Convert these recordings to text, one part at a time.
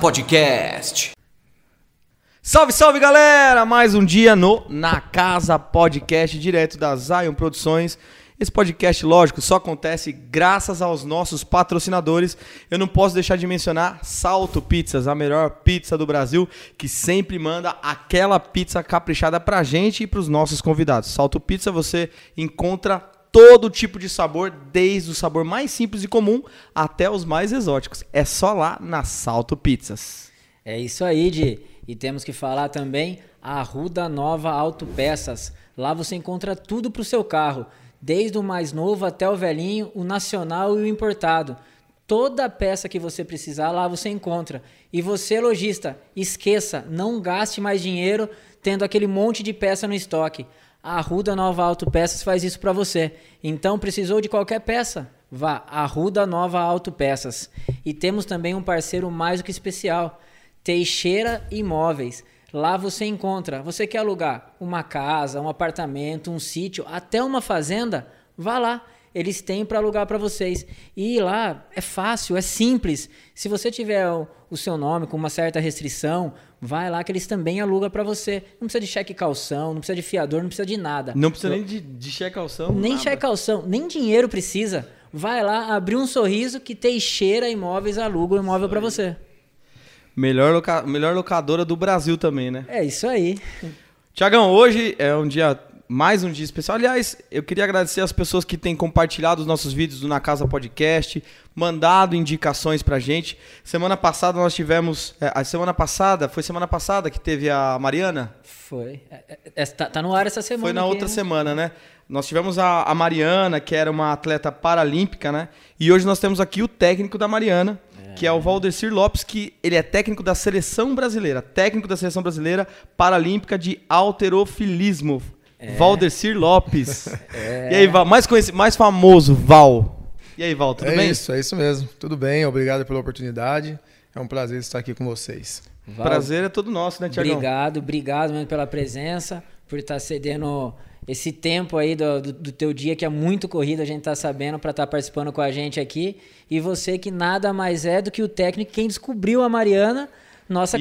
Podcast. Salve, salve, galera! Mais um dia no Na Casa Podcast, direto da Zion Produções. Esse podcast, lógico, só acontece graças aos nossos patrocinadores. Eu não posso deixar de mencionar Salto Pizzas, a melhor pizza do Brasil, que sempre manda aquela pizza caprichada pra gente e pros nossos convidados. Salto Pizza, você encontra todo tipo de sabor, desde o sabor mais simples e comum até os mais exóticos. É só lá na Salto Pizzas. É isso aí, Di. E temos que falar também a Arruda Nova Autopeças. Lá você encontra tudo pro seu carro. Desde o mais novo até o velhinho, o nacional e o importado. Toda peça que você precisar, lá você encontra. E você, lojista, esqueça, não gaste mais dinheiro tendo aquele monte de peça no estoque. A Arruda Nova Autopeças faz isso para você. Então, precisou de qualquer peça? Vá, Arruda Nova Autopeças. E temos também um parceiro mais do que especial, Teixeira Imóveis. Lá você encontra, você quer alugar uma casa, um apartamento, um sítio, até uma fazenda? Vá lá, eles têm para alugar para vocês. E lá é fácil, é simples. Se você tiver o seu nome com uma certa restrição, vai lá que eles também alugam para você. Não precisa de cheque calção, não precisa de fiador, não precisa de nada. Não precisa nem de cheque calção. Nem nada. cheque calção, nem dinheiro precisa. Vai lá, abrir um sorriso que Teixeira Imóveis aluga o imóvel para você. Melhor locadora do Brasil também, né? É isso aí. Tiagão, hoje é mais um dia especial. Aliás, eu queria agradecer as pessoas que têm compartilhado os nossos vídeos do Na Casa Podcast, mandado indicações pra gente. Semana passada nós tivemos... Foi semana passada que teve a Mariana? Foi. Tá no ar essa semana. Foi na aqui, outra né? semana, né? Nós tivemos a Mariana, que era uma atleta paralímpica, né? E hoje nós temos aqui o técnico da Mariana, que é o Valdecir Lopes, que ele é técnico da Seleção Brasileira. Técnico da Seleção Brasileira Paralímpica de Halterofilismo. Valdecir Lopes. E aí, Val, mais famoso, Val. E aí, Val, tudo bem? É isso mesmo. Tudo bem, obrigado pela oportunidade. É um prazer estar aqui com vocês. Val, prazer é todo nosso, né, Tiagão? Obrigado mesmo pela presença, por estar cedendo esse tempo aí do teu dia, que é muito corrido, a gente tá sabendo, para estar participando com a gente aqui. E você que nada mais é do que o técnico, quem descobriu a Mariana, nossa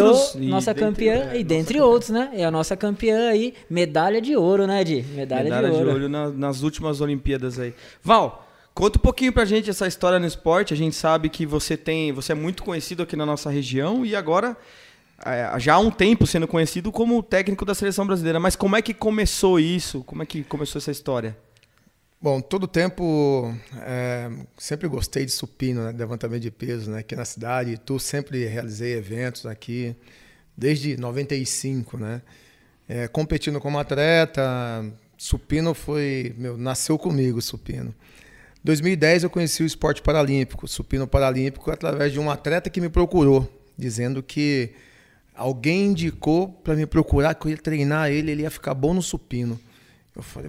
campeã, e dentre outros, né? É a nossa campeã aí, medalha de ouro, né, Di? Medalha de ouro nas últimas Olimpíadas aí. Val, conta um pouquinho pra gente essa história no esporte. A gente sabe que você é muito conhecido aqui na nossa região e agora já há um tempo sendo conhecido como técnico da Seleção Brasileira. Mas como é que começou isso? Como é que começou essa história? Bom, todo tempo sempre gostei de supino, né, de levantamento de peso, né, aqui na cidade. Sempre realizei eventos aqui desde 95, né? Competindo como atleta, supino nasceu comigo, supino. Em 2010 eu conheci o esporte paralímpico, supino paralímpico, através de um atleta que me procurou, dizendo que alguém indicou para me procurar, que eu ia treinar ele ia ficar bom no supino. Eu falei,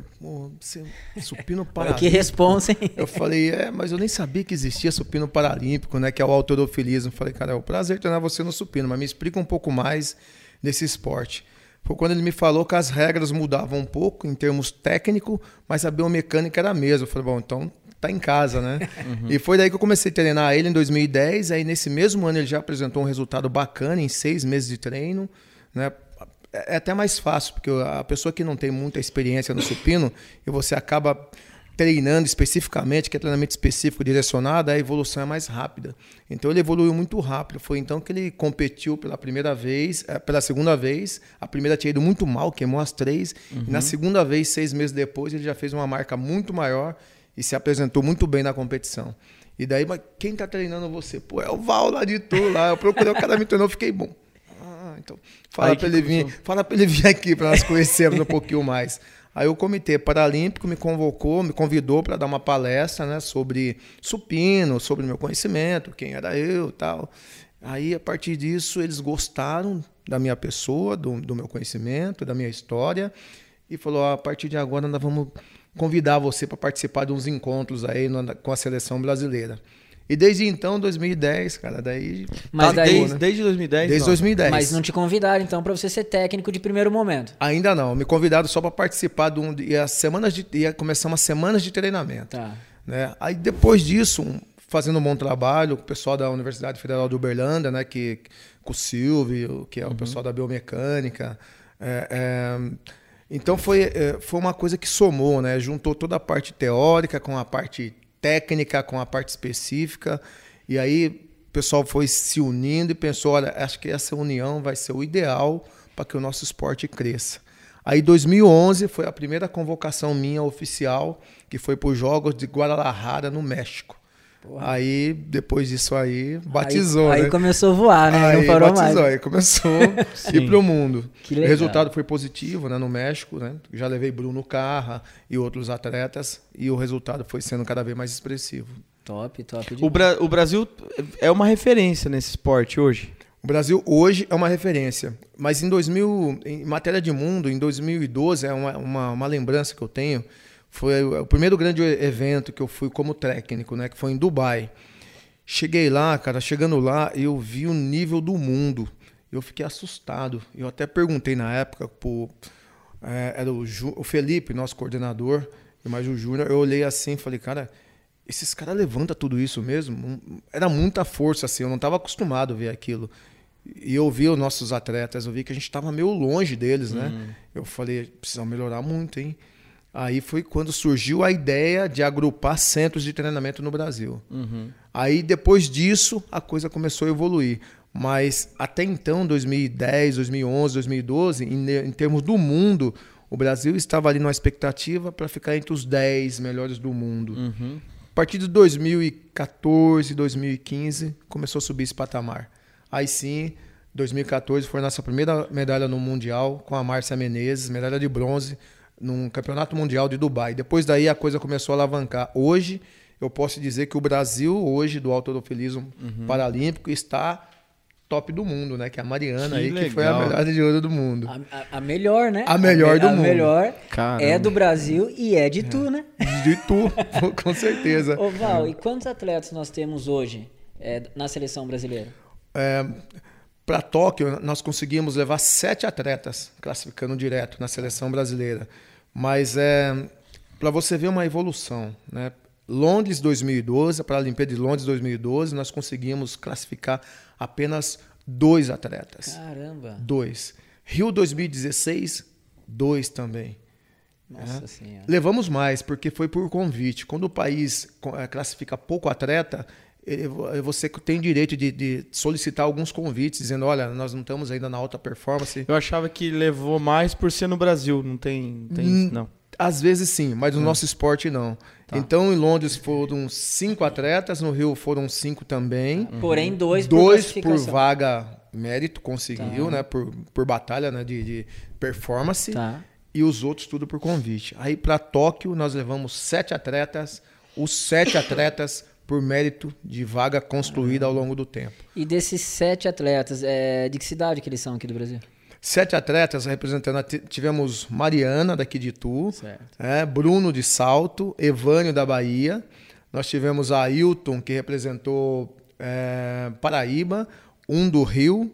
supino paralímpico. Que responsa, hein? Eu falei, mas eu nem sabia que existia supino paralímpico, né? Que é o halterofilismo. Eu falei, cara, é um prazer treinar você no supino, mas me explica um pouco mais desse esporte. Foi quando ele me falou que as regras mudavam um pouco em termos técnicos, mas a biomecânica era a mesma. Eu falei, bom, então tá em casa, né? Uhum. E foi daí que eu comecei a treinar ele em 2010. Aí nesse mesmo ano ele já apresentou um resultado bacana em 6 meses de treino, né? É até mais fácil, porque a pessoa que não tem muita experiência no supino e você acaba treinando especificamente, que é treinamento específico direcionado, a evolução é mais rápida. Então ele evoluiu muito rápido. Foi então que ele competiu pela segunda vez. A primeira tinha ido muito mal, queimou as 3. Uhum. E na segunda vez, 6 meses depois, ele já fez uma marca muito maior e se apresentou muito bem na competição. E daí, mas quem está treinando você? Pô, é o Val lá de Tu, lá. Eu procurei, o cara me treinou, fiquei bom. Então, fala para ele vir aqui para nós conhecermos um pouquinho mais. Aí o Comitê Paralímpico me convidou para dar uma palestra, né, sobre supino, sobre o meu conhecimento, quem era eu e tal. Aí, a partir disso, eles gostaram da minha pessoa, do meu conhecimento, da minha história, e falou, a partir de agora nós vamos convidar você para participar de uns encontros aí com a Seleção Brasileira. E desde então, 2010, cara, daí... Mas desde 2010? Desde 2010. Mas não te convidaram, então, para você ser técnico de primeiro momento? Ainda não. Me convidaram só para participar ia começar umas semanas de treinamento. Tá. Né? Aí, depois disso, fazendo um bom trabalho com o pessoal da Universidade Federal de Uberlândia, né, com o Silvio, que é o pessoal da biomecânica. Então foi uma coisa que somou, né? Juntou toda a parte teórica com a parte técnica, com a parte específica. E aí o pessoal foi se unindo e pensou, olha, acho que essa união vai ser o ideal para que o nosso esporte cresça. Aí 2011 foi a primeira convocação minha oficial, que foi para os Jogos de Guadalajara, no México. Porra. Aí, depois disso aí, batizou, aí né? começou a voar, né? Aí não parou batizou, mais. Aí começou a ir pro mundo. Que o legal. resultado foi positivo, né, no México, né? Já levei Bruno Carra e outros atletas, e o resultado foi sendo cada vez mais expressivo. Top. O Brasil é uma referência nesse esporte hoje? O Brasil hoje é uma referência, mas em matéria de mundo, em 2012, é uma lembrança que eu tenho, foi o primeiro grande evento que eu fui como técnico, né, que foi em Dubai. Cheguei lá, cara, chegando lá, eu vi o nível do mundo. Eu fiquei assustado. Eu até perguntei na época, era o Felipe, nosso coordenador, e mais o Júnior, eu olhei assim e falei, cara, esses caras levantam tudo isso mesmo? Era muita força, assim, eu não estava acostumado a ver aquilo. E eu vi os nossos atletas, eu vi que a gente estava meio longe deles, né? Eu falei, precisamos melhorar muito, hein? Aí foi quando surgiu a ideia de agrupar centros de treinamento no Brasil. Aí, depois disso, a coisa começou a evoluir. Mas, até então, 2010, 2011, 2012, em termos do mundo, o Brasil estava ali numa expectativa para ficar entre os 10 melhores do mundo. A partir de 2014, 2015, começou a subir esse patamar. Aí sim, 2014 foi a nossa primeira medalha no Mundial, com a Márcia Menezes, medalha de bronze, num Campeonato Mundial de Dubai. Depois daí a coisa começou a alavancar. Hoje, eu posso dizer que o Brasil, hoje, do halterofilismo paralímpico, está top do mundo, né? Que é a Mariana aí, que foi a medalha de ouro do mundo. A melhor, né? A melhor do mundo. A melhor Caramba. é do Brasil e é de tu, né? De tu, com certeza. Ô Val, e quantos atletas nós temos hoje na seleção brasileira? Para Tóquio, nós conseguimos levar 7 atletas classificando direto na seleção brasileira. Mas para você ver uma evolução, né? Londres 2012, para a Olimpíada de Londres 2012, nós conseguimos classificar apenas 2 atletas. Caramba! 2. Rio 2016, 2 também. Nossa Senhora. Levamos mais, porque foi por convite. Quando o país classifica pouco atleta, você tem direito de solicitar alguns convites, dizendo, olha, nós não estamos ainda na alta performance. Eu achava que levou mais por ser no Brasil, não tem não. Às vezes sim, mas no nosso esporte não. Tá. Então, em Londres foram 5 atletas, no Rio foram 5 também. Porém, 2 por vaga mérito, conseguiu, né? Por batalha, né? De performance. Tá. E os outros tudo por convite. Aí, para Tóquio, nós levamos 7 atletas, os 7 atletas por mérito de vaga construída ao longo do tempo. E desses 7 atletas, de que cidade que eles são aqui do Brasil? 7 atletas representando, tivemos Mariana, daqui de Itu, certo. Bruno de Salto, Evânio da Bahia, nós tivemos a Ailton, que representou Paraíba, um do Rio,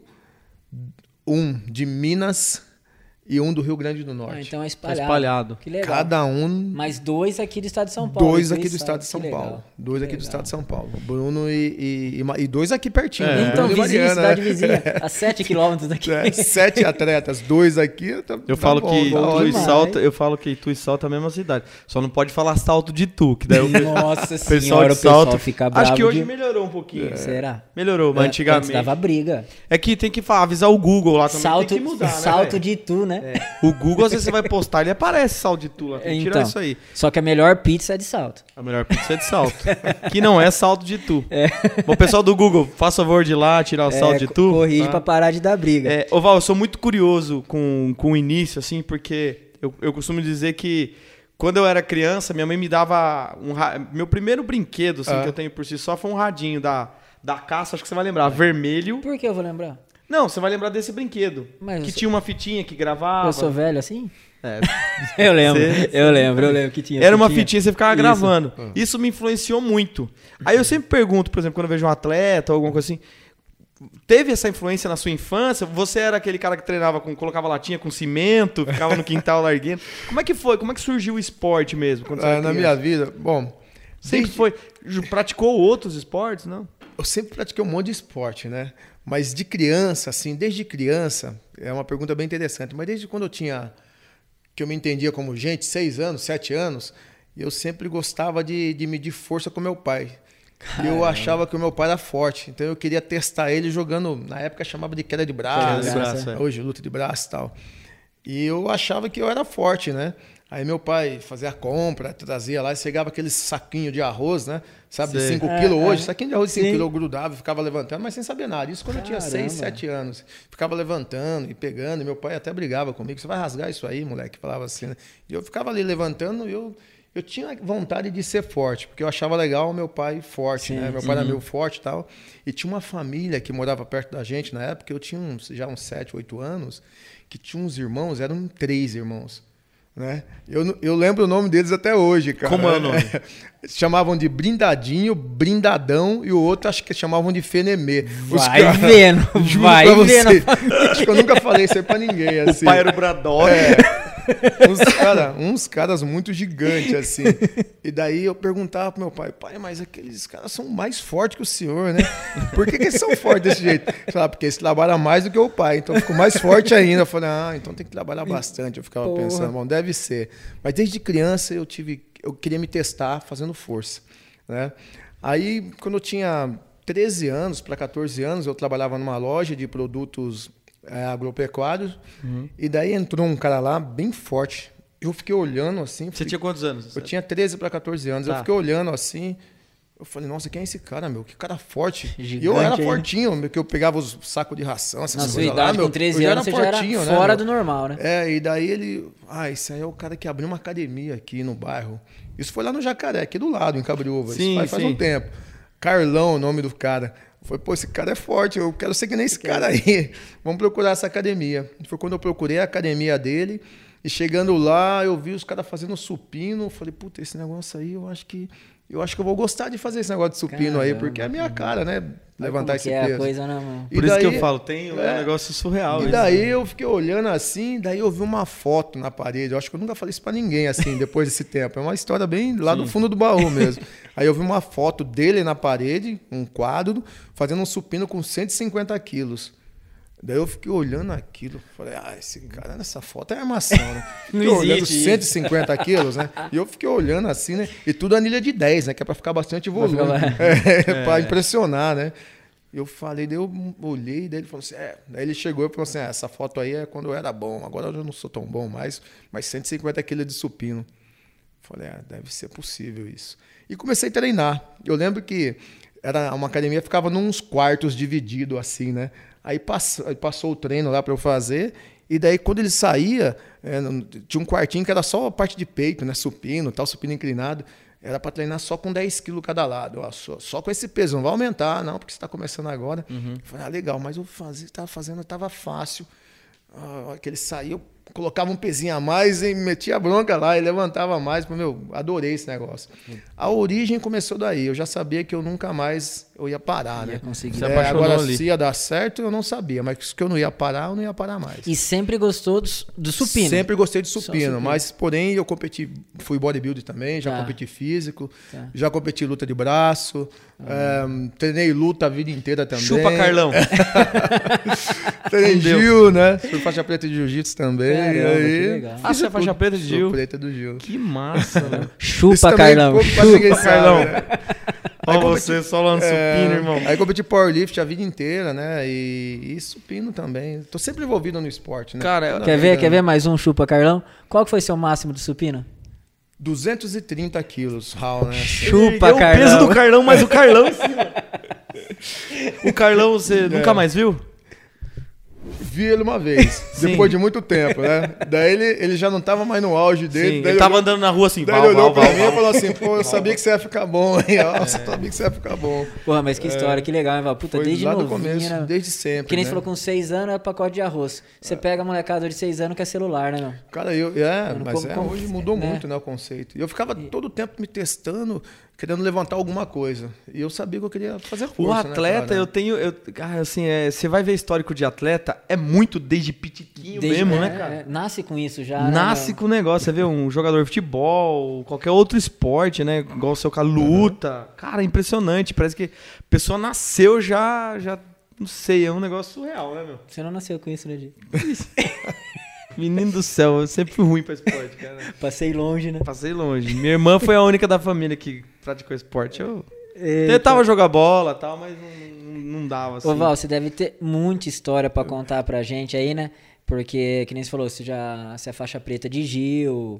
um de Minas e um do Rio Grande do Norte. Então é espalhado. Espalhado. Que legal. Cada um... Mas 2 aqui do estado de São Paulo. 2 aqui do estado de São Paulo. 2 aqui do estado de São Paulo. Bruno e 2 aqui pertinho. Então, vizinho, cidade né? vizinha. A 7 quilômetros daqui. 7 atletas, 2 aqui. Eu falo bom, que tá Tu e Salto é a mesma cidade. Só não pode falar Salto de Tu, que daí Nossa pessoal de o pessoal Salto fica bravo. Acho que hoje melhorou um pouquinho. Será? Melhorou, mas antigamente Antes dava briga. É que tem que avisar o Google lá também. Salto, tem que mudar, salto né, de Tu, né? O Google, às vezes você vai postar, ele aparece Salto de Tu lá. Tem que tirar isso aí. Só que a melhor pizza é de Salto. A melhor pizza é de Salto. Que não é Salto de Tu. Bom, pessoal do Google, faça favor de ir lá tirar o Salto de Tu. Corrige pra parar de dar briga. Ô Val, eu sou muito curioso com o início, assim, porque eu costumo dizer que quando eu era criança, minha mãe me dava meu primeiro brinquedo, assim, que eu tenho por si só, foi um radinho da caça, acho que você vai lembrar, vermelho. Por que eu vou lembrar? Não, você vai lembrar desse brinquedo. Que tinha uma fitinha que gravava. Eu sou velho assim? Eu lembro que tinha. Era uma fitinha, você ficava gravando. Isso me influenciou muito. Aí eu sempre pergunto, por exemplo, quando eu vejo um atleta ou alguma coisa assim, teve essa influência na sua infância? Você era aquele cara que treinava colocava latinha com cimento, ficava no quintal larguendo. Como é que foi? Como é que surgiu o esporte mesmo? Quando você era na minha vida, bom, Sempre foi. Praticou outros esportes, não? Eu sempre pratiquei um monte de esporte, né? Mas de criança, assim, desde criança, é uma pergunta bem interessante, mas desde quando que eu me entendia como gente, 6 anos, 7 anos, eu sempre gostava de medir força com meu pai. Caramba. Eu achava que o meu pai era forte, então eu queria testar ele jogando, na época chamava de queda de braço, Queda de braço, é. hoje luta de braço e tal. E eu achava que eu era forte, né? Aí meu pai fazia a compra, trazia lá, e chegava aquele saquinho de arroz, né? Sabe, de 5 quilos hoje. Saquinho de arroz de 5 quilos eu grudava e ficava levantando, mas sem saber nada. Isso quando eu tinha 6, 7 anos. Ficava levantando e pegando, e meu pai até brigava comigo. Você vai rasgar isso aí, moleque? Falava assim, né? E eu ficava ali levantando e eu tinha vontade de ser forte, porque eu achava legal o meu pai forte, né? Meu pai era meio forte e tal. E tinha uma família que morava perto da gente na época, eu tinha já uns 7, 8 anos, que tinha uns irmãos, eram 3 irmãos. Né? Eu lembro o nome deles até hoje, cara. Como é o nome? Chamavam de Brindadinho, Brindadão e o outro acho que chamavam de Fenemê. Vai vendo, vai vendo. Acho que eu nunca falei isso aí pra ninguém. Assim. O pai era o Braddock. Uns caras muito gigantes, assim. E daí eu perguntava pro meu pai, mas aqueles caras são mais fortes que o senhor, né? Por que eles são fortes desse jeito? Eu falava, porque eles trabalham mais do que o pai, então ficou mais forte ainda. Eu falei, então tem que trabalhar bastante. Eu ficava pensando, bom, deve ser. Mas desde criança eu queria me testar fazendo força, né? Aí, quando eu tinha 13 anos para 14 anos, eu trabalhava numa loja de produtos agropecuários, e daí entrou um cara lá bem forte. Eu fiquei olhando assim. Você tinha quantos anos? Eu tinha 13 para 14 anos. Tá. Eu fiquei olhando assim. Eu falei, nossa, quem é esse cara, meu? Que cara forte. Gigante, e eu era fortinho, que eu pegava os sacos de ração. Na sua idade, com 13 anos, você já era fora do normal, né? E daí ele... esse aí é o cara que abriu uma academia aqui no bairro. Isso foi lá no Jacaré, aqui do lado, em Cabriúva. Isso faz um tempo. Carlão, o nome do cara. Foi, esse cara é forte, eu quero ser que nem esse cara aí. Vamos procurar essa academia. Foi quando eu procurei a academia dele, e chegando lá, eu vi os caras fazendo supino. Falei, puta, esse negócio aí, eu acho que eu vou gostar de fazer esse negócio de supino aí, porque é a minha cara, né? Levantar esse peso. É a coisa, né, mano? Por isso que eu falo, tem um negócio surreal. E daí eu fiquei olhando assim, daí eu vi uma foto na parede. Eu acho que eu nunca falei isso pra ninguém, assim, depois desse tempo. É uma história bem lá do fundo do baú mesmo. Aí eu vi uma foto dele na parede, um quadro, fazendo um supino com 150 quilos. Daí eu fiquei olhando aquilo, falei, esse cara nessa foto é armação, né? Fiquei olhando 150 quilos, né? E eu fiquei olhando assim, né? E tudo anilha de 10, né? Que é pra ficar bastante volume. Pra impressionar, né? Eu falei, daí eu olhei, daí ele falou assim, Daí ele chegou e falou assim, essa foto aí é quando eu era bom, agora eu já não sou tão bom mais, mas 150 quilos de supino. Falei, deve ser possível isso. E comecei a treinar. Eu lembro que era uma academia, ficava nos quartos dividido assim, né? Aí passou o treino lá para eu fazer, e daí quando ele saía, tinha um quartinho que era só a parte de peito, né? Supino, tal, supino inclinado. Era para treinar só com 10 quilos cada lado. Só com esse peso, não vai aumentar, não, porque você está começando agora. Eu falei, legal, mas eu estava fazendo, estava fácil. Que ele saiu, colocava um pezinho a mais e metia a bronca lá e levantava mais. Adorei esse negócio. A origem começou daí. Eu já sabia que eu nunca mais ia parar, né? Agora, se ia dar certo, eu não sabia. Mas que eu não ia parar, eu não ia parar mais. E sempre gostou do supino? Sempre gostei de supino. Mas, porém, eu competi, fui bodybuilder também, já competi físico, já competi luta de braço, treinei luta a vida inteira também. Chupa, Carlão! Treinei Gil, né? Fui faixa preta de jiu-jitsu também. Caramba, que legal. Você é faixa preta de Gil? Sou preta do Gil. Que massa, velho. Chupa, Carlão. Chupa, Carlão. Olha você só lá no supino, irmão. Aí competi powerlift a vida inteira, né? E supino também. Tô sempre envolvido no esporte, né? Cara, quer ver mais um chupa, Carlão? Qual que foi seu máximo de supino? 230 quilos, Raul, né? Chupa, Carlão. O peso do Carlão, mas o Carlão em cima. O Carlão, você nunca mais viu? Vi ele uma vez, depois de muito tempo, né? Daí ele já não tava mais no auge dele. Ele tava andando na rua assim, daí ele olhou pra mim e falou assim, eu sabia que você ia ficar bom, hein? Eu sabia que você ia ficar bom. Porra, mas que história, que legal, hein, Val? Puta, foi desde lá novinho, do começo, né? desde sempre, que nem né? você falou, com 6 anos é pacote de arroz. Você pega a molecada de 6 anos que é celular, né, meu? Cara, hoje mudou muito, né, o conceito. E eu ficava todo o tempo me testando, querendo levantar alguma coisa. E eu sabia que eu queria fazer força, o atleta, né, cara, assim, você vai ver histórico de atleta, é muito desde pititico. chiquinho mesmo, né, cara? Nasce com isso já. Nasce né, com o negócio. Você vê um jogador de futebol, qualquer outro esporte, né? Igual o seu cara, luta. Cara, é impressionante. Parece que a pessoa nasceu já não sei, é um negócio surreal, né, meu? Você não nasceu com isso, né, Di? Menino do céu, eu sempre fui ruim pra esporte, cara. Passei longe, né? Passei longe. Minha irmã foi a única da família que praticou esporte. Eu tentava jogar bola e tal, mas não dava assim. Ô Val, você deve ter muita história pra contar pra gente aí, né? Porque, que nem você falou, você é faixa preta de Gil,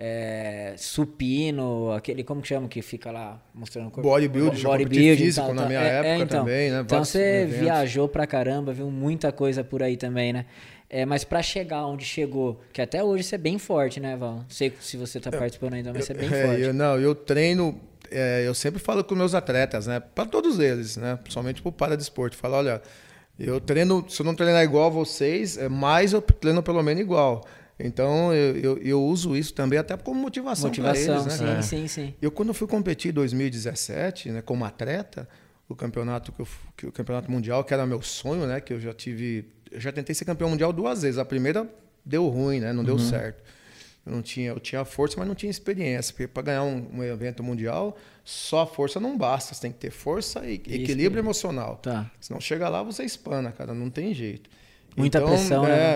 supino, aquele, como que chama, que fica lá mostrando o corpo? Bodybuilding físico na minha época então, também, né? Então você eventos. viajou pra caramba, viu muita coisa por aí também, né? Mas pra chegar onde chegou, que até hoje você é bem forte, né, Val? Não sei se você tá participando ainda, mas você é bem forte. Eu treino, eu sempre falo com meus atletas, né? Para todos eles, né? Principalmente pro paradesporto. Falo, olha, eu treino, se eu não treinar igual a vocês, mais eu treino pelo menos igual. Então eu uso isso também até como motivação para eles, né? Sim. Eu quando fui competir em 2017, né, como atleta, o campeonato o campeonato mundial, que era meu sonho, né, que eu já tentei ser campeão mundial 2 vezes. A primeira deu ruim, né, não deu certo. Eu tinha força, mas não tinha experiência. Porque para ganhar um evento mundial, só a força não basta. Você tem que ter força e equilíbrio emocional. Tá. Senão chega lá, você espana, cara. Não tem jeito. Muita pressão, né?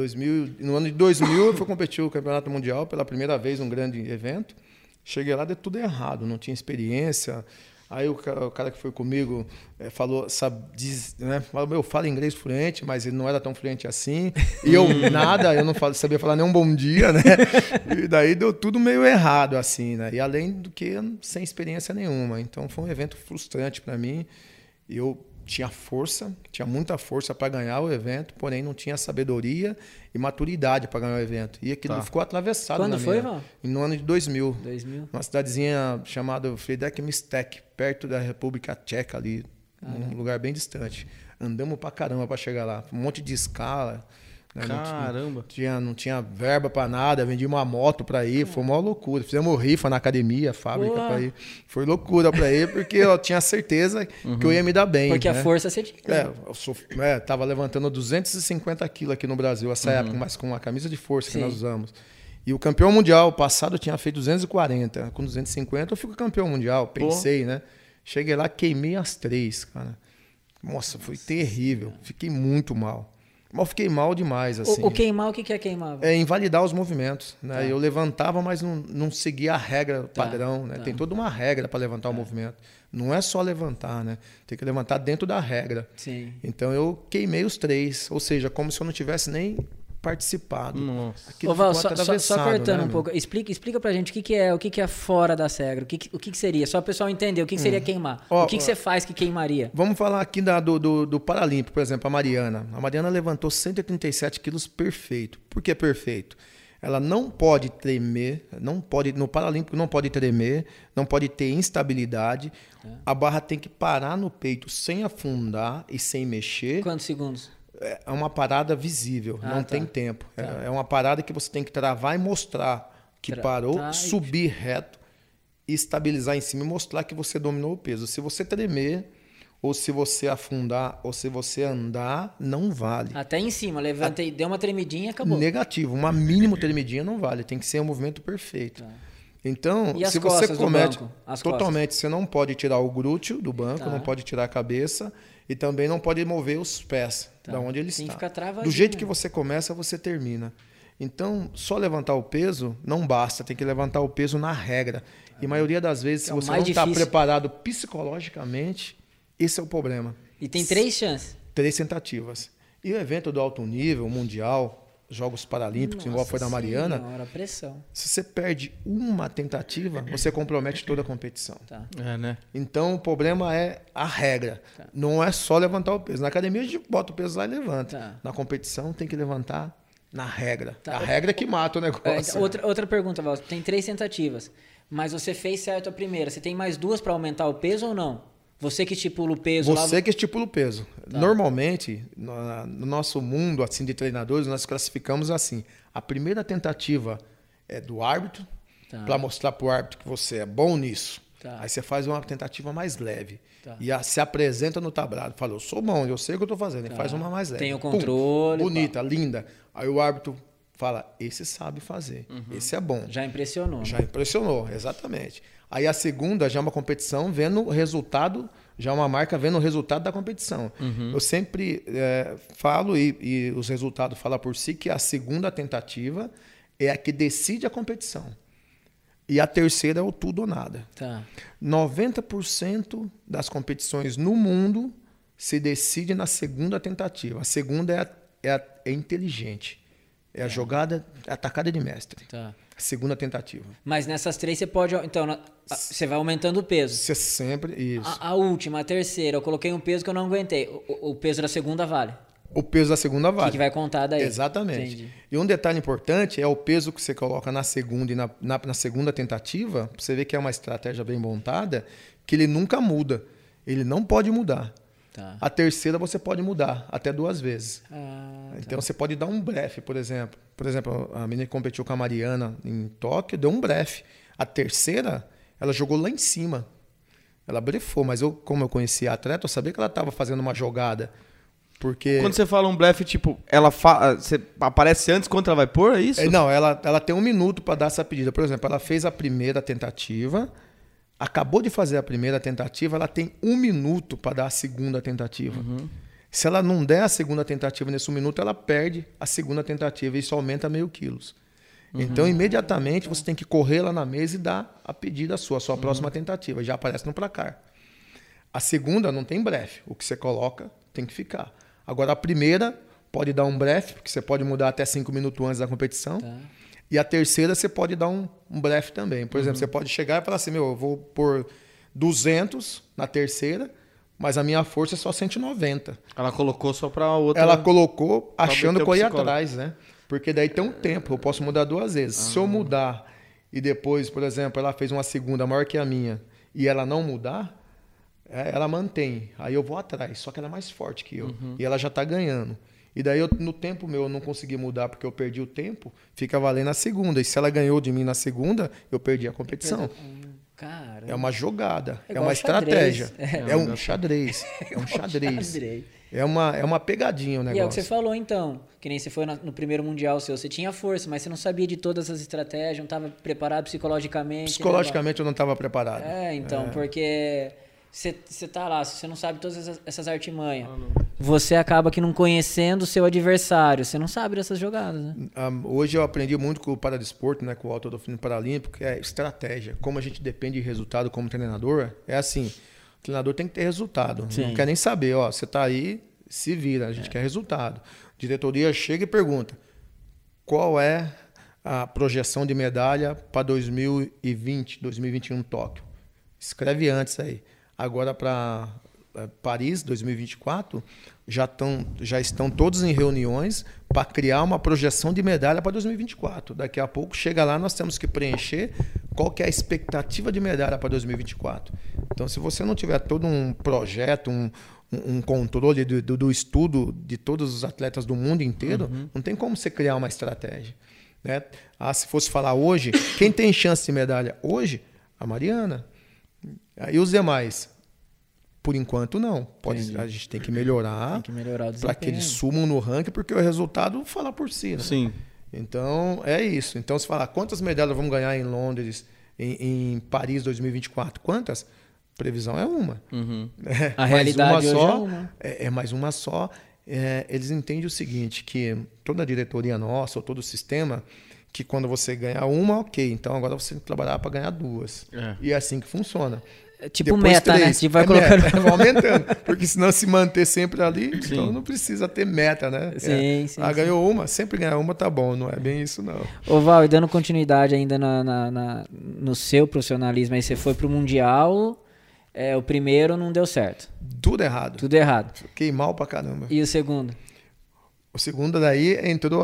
No ano de 2000, eu fui competir o Campeonato Mundial pela primeira vez, um grande evento. Cheguei lá, deu tudo errado. Não tinha experiência. Aí o cara que foi comigo falou, meu, fala inglês fluente, mas ele não era tão fluente assim. E eu não sabia falar nem um bom dia, né? E daí deu tudo meio errado, assim, né? E além do que, sem experiência nenhuma. Então foi um evento frustrante para mim. Eu tinha muita força para ganhar o evento, porém não tinha sabedoria e maturidade para ganhar o evento. E aquilo ficou atravessado. Quando foi, Val? No ano de 2000. 2000? Uma cidadezinha chamada Fredek Mistek, perto da República Tcheca ali, num lugar bem distante. Andamos pra caramba para chegar lá. Um monte de escala. Né? Caramba! Não tinha verba para nada, vendi uma moto para ir, foi uma loucura. Fizemos rifa na academia, fábrica para ir. Foi loucura para ir, porque eu tinha certeza que eu ia me dar bem. Porque né? a força você tinha. Eu tava levantando 250 quilos aqui no Brasil, essa época, mas com uma camisa de força que nós usamos. E o campeão mundial passado tinha feito 240. Com 250 eu fico campeão mundial, pensei, né? Cheguei lá, queimei as 3, cara. Nossa, foi terrível. Fiquei muito mal. Mas eu fiquei mal demais, assim. O queimar, o que é queimar? É invalidar os movimentos, né? Eu levantava, mas não seguia a regra padrão, né? Tem toda uma regra para levantar o movimento. Não é só levantar, né? Tem que levantar dentro da regra. Sim. Então eu queimei os 3, ou seja, como se eu não tivesse nem participado. Nossa. Ô Val, só cortando, né, um pouco, explica pra gente o que é fora da regra, o que seria, só o pessoal entender o que seria queimar. O que você faz que queimaria? Vamos falar aqui do Paralímpico, por exemplo, a Mariana. A Mariana levantou 137 quilos perfeito. Por que perfeito? Ela não pode tremer, no Paralímpico não pode tremer, não pode ter instabilidade. A barra tem que parar no peito sem afundar e sem mexer. Quantos segundos? É uma parada visível, não tem tempo. É uma parada que você tem que travar e mostrar que parou, subir reto, estabilizar em cima e mostrar que você dominou o peso. Se você tremer, ou se você afundar, ou se você andar, não vale. Até em cima, levantei, deu uma tremidinha e acabou. Negativo, uma mínima tremidinha não vale, tem que ser um movimento perfeito. Então, se você comete totalmente, você não pode tirar o glúteo do banco, não pode tirar a cabeça e também não pode mover os pés da onde ele está. Do jeito que você começa, você termina. Então, só levantar o peso não basta, tem que levantar o peso na regra. E a maioria das vezes, se você não está preparado psicologicamente, esse é o problema. E tem 3 chances. 3 tentativas. E o evento do alto nível, mundial, Jogos Paralímpicos, igual foi da Mariana, pressão. Se você perde uma tentativa, você compromete toda a competição. Né? Então, o problema é a regra. Não é só levantar o peso. Na academia, a gente bota o peso lá e levanta. Na competição, tem que levantar na regra. A regra é que mata o negócio. Outra pergunta, Val. Tem 3 tentativas, mas você fez certo a primeira. Você tem mais 2 para aumentar o peso ou não? Você que estipula o peso lá? Você que estipula o peso. Normalmente, no nosso mundo assim de treinadores, nós classificamos assim. A primeira tentativa é do árbitro, para mostrar para o árbitro que você é bom nisso. Tá. Aí você faz uma tentativa mais leve. Tá. E se apresenta no tablado. Fala, eu sou bom, eu sei o que eu estou fazendo. E faz uma mais leve. Tem o controle. Bonita, linda. Aí o árbitro fala, esse sabe fazer. Esse é bom. Já impressionou. Já impressionou, exatamente. Aí a segunda já é uma competição vendo o resultado, já é uma marca vendo o resultado da competição. Eu sempre falo, e os resultados falam por si, que a segunda tentativa é a que decide a competição. E a terceira é o tudo ou nada. Tá. 90% das competições no mundo se decide na segunda tentativa. A segunda é inteligente. É a jogada, a atacada de mestre. Tá. A segunda tentativa. Mas nessas 3 você pode... Então, você vai aumentando o peso. Você sempre... Isso. A última, a terceira, eu coloquei um peso que eu não aguentei. O peso da segunda vale. O peso da segunda O vale. que vai contar daí? Exatamente. Entendi. E um detalhe importante é o peso que você coloca na segunda e na segunda tentativa. Pra você ver que é uma estratégia bem montada, que ele nunca muda. Ele não pode mudar. Tá. A terceira você pode mudar até 2 vezes. Então você pode dar um blefe, por exemplo. Por exemplo, a menina que competiu com a Mariana em Tóquio deu um blefe. A terceira, ela jogou lá em cima. Ela blefou, mas como eu conhecia a atleta, eu sabia que ela estava fazendo uma jogada. Porque... Quando você fala um blefe, tipo, você aparece antes quando ela vai pôr, é isso? Não, ela tem 1 minuto para dar essa pedida. Por exemplo, ela fez a primeira tentativa, acabou de fazer a primeira tentativa, ela tem 1 minuto para dar a segunda tentativa. Se ela não der a segunda tentativa nesse 1 minuto, ela perde a segunda tentativa e isso aumenta meio quilos. Então, imediatamente, você tem que correr lá na mesa e dar a pedida sua, a sua próxima tentativa. Já aparece no placar. A segunda não tem blefe. O que você coloca tem que ficar. Agora, a primeira pode dar um blefe, porque você pode mudar até 5 minutos antes da competição. Tá. E a terceira você pode dar um blefe também. Por exemplo, você pode chegar e falar assim, eu vou pôr 200 na terceira, mas a minha força é só 190. Ela colocou só pra outra... Ela colocou achando que eu ia psicólogo. atrás, né? Porque daí tem um tempo, eu posso mudar 2 vezes. Se eu mudar e depois, por exemplo, ela fez uma segunda maior que a minha e ela não mudar, ela mantém. Aí eu vou atrás, só que ela é mais forte que eu. E ela já está ganhando. E daí, no tempo meu, eu não consegui mudar porque eu perdi o tempo, fica valendo a segunda. E se ela ganhou de mim na segunda, eu perdi a competição. Cara. É uma jogada, É é igual uma xadrez. estratégia. É um xadrez. É um xadrez. É uma pegadinha o negócio. E é o que você falou, então. Que nem você foi no primeiro mundial seu. Você tinha força, mas você não sabia de todas as estratégias, não estava preparado psicologicamente. Psicologicamente eu não estava preparado. Então, porque você tá lá, se você não sabe todas essas artimanhas, você acaba que não conhecendo o seu adversário. Você não sabe dessas jogadas, né? Hoje eu aprendi muito com o paradesporto, né, com o halterofilismo paralímpico, que é estratégia. Como a gente depende de resultado como treinador, é assim, o treinador tem que ter resultado. Sim. Não quer nem saber, você tá aí, se vira, a gente quer resultado. A diretoria chega e pergunta, qual é a projeção de medalha para 2020, 2021 Tóquio? Escreve antes aí. Agora para Paris 2024, já estão todos em reuniões para criar uma projeção de medalha para 2024. Daqui a pouco chega lá, nós temos que preencher qual que é a expectativa de medalha para 2024. Então, se você não tiver todo um projeto, um controle do estudo de todos os atletas do mundo inteiro, não tem como você criar uma estratégia, né? Se fosse falar hoje, quem tem chance de medalha hoje? A Mariana. E os demais? Por enquanto, não. A gente tem que melhorar, o desempenho. para que eles sumam no ranking, porque o resultado fala por si. Né? Sim. Então, é isso. Então, se falar quantas medalhas vamos ganhar em Londres, em Paris 2024, quantas? Previsão é uma. A realidade hoje só, é uma. É mais uma só. Eles entendem o seguinte, que toda a diretoria nossa, ou todo o sistema, que quando você ganhar uma, ok. Então, agora você tem que trabalhar para ganhar 2. E é assim que funciona. É tipo Depois meta, 3. né? Tipo, vai colocando... Vai aumentando. Porque senão se manter sempre ali, então não precisa ter meta, né? Sim. Ganhou uma, sempre ganhar uma tá bom. Não é bem isso, não. Ô Val, e dando continuidade ainda no seu profissionalismo, aí você foi pro Mundial, o primeiro não deu certo. Tudo errado. Tudo errado. Fiquei mal pra caramba. E o segundo? O segundo daí entrou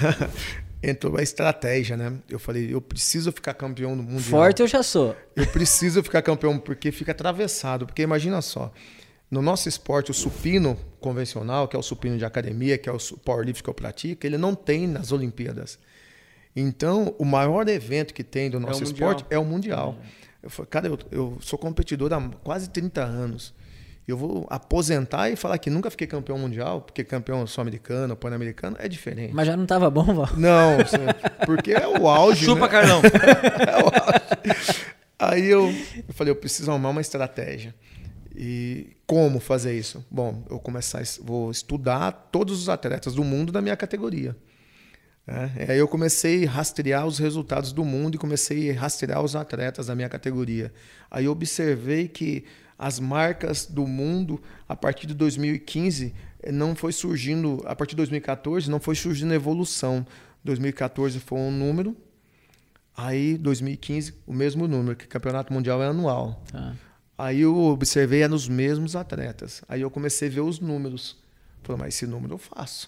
a estratégia, né? Eu falei, eu preciso ficar campeão do mundial. Forte eu já sou. Eu preciso ficar campeão porque fica atravessado. Porque imagina só, no nosso esporte, o supino convencional, que é o supino de academia, que é o powerlift que eu pratico, ele não tem nas Olimpíadas. Então, o maior evento que tem do nosso esporte é o mundial. Eu falei, cara, eu sou competidor há quase 30 anos. Eu vou aposentar e falar que nunca fiquei campeão mundial, porque campeão sul-americano, pan-americano, é diferente. Mas já não tava bom, Val? Não, porque é o auge, Chupa, né? Carlão. É o auge. Aí eu falei, eu preciso arrumar uma estratégia. E como fazer isso? Bom, vou estudar todos os atletas do mundo da minha categoria. Aí eu comecei a rastrear os resultados do mundo e comecei a rastrear os atletas da minha categoria. Aí eu observei que as marcas do mundo, a partir de 2015, não foi surgindo, a partir de 2014, não foi surgindo evolução. 2014 foi um número, aí 2015 o mesmo número, que o campeonato mundial é anual. Tá. Aí eu observei nos mesmos atletas. Aí eu comecei a ver os números. Falei, mas esse número eu faço.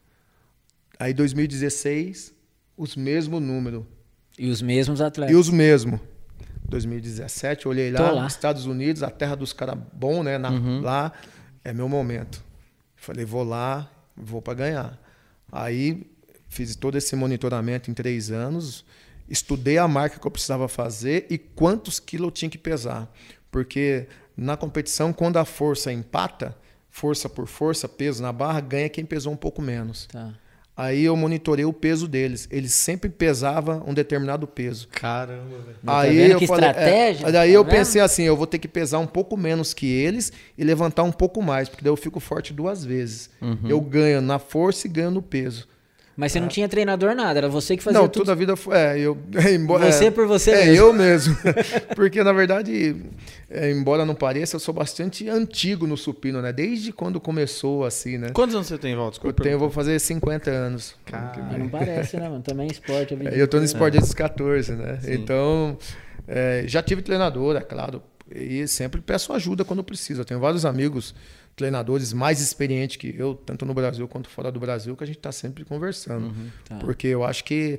Aí 2016, os mesmos números. E os mesmos atletas. E os mesmos. 2017, eu olhei lá. Estados Unidos, a terra dos caras bons, né? Lá é meu momento. Falei, vou lá, vou para ganhar. Aí fiz todo esse monitoramento em 3 anos, estudei a marca que eu precisava fazer e quantos quilos eu tinha que pesar. Porque na competição, quando a força empata, força por força, peso na barra, ganha quem pesou um pouco menos. Tá. Aí eu monitorei o peso deles. Eles sempre pesavam um determinado peso. Caramba, velho. Aí eu que falei, estratégia? daí Tá eu vendo? pensei assim, eu vou ter que pesar um pouco menos que eles e levantar um pouco mais, porque daí eu fico forte 2 vezes. Eu ganho na força e ganho no peso. Mas você não tinha treinador nada, era você que fazia Não, tudo. toda a vida foi. Embora, Você por você É, mesmo. eu mesmo. Porque, na verdade, embora não pareça, eu sou bastante antigo no supino, né? Desde quando começou, assim, né? Quantos anos você tem, Val? Desculpa. Eu vou fazer 50 anos. Ah, não parece, né, mano? Também esporte. A vida Eu tô no inteira. esporte desde os 14, né? Sim. Então, já tive treinador, é claro. E sempre peço ajuda quando preciso. Eu tenho vários amigos treinadores mais experientes que eu, tanto no Brasil quanto fora do Brasil, que a gente está sempre conversando. Tá. Porque eu acho que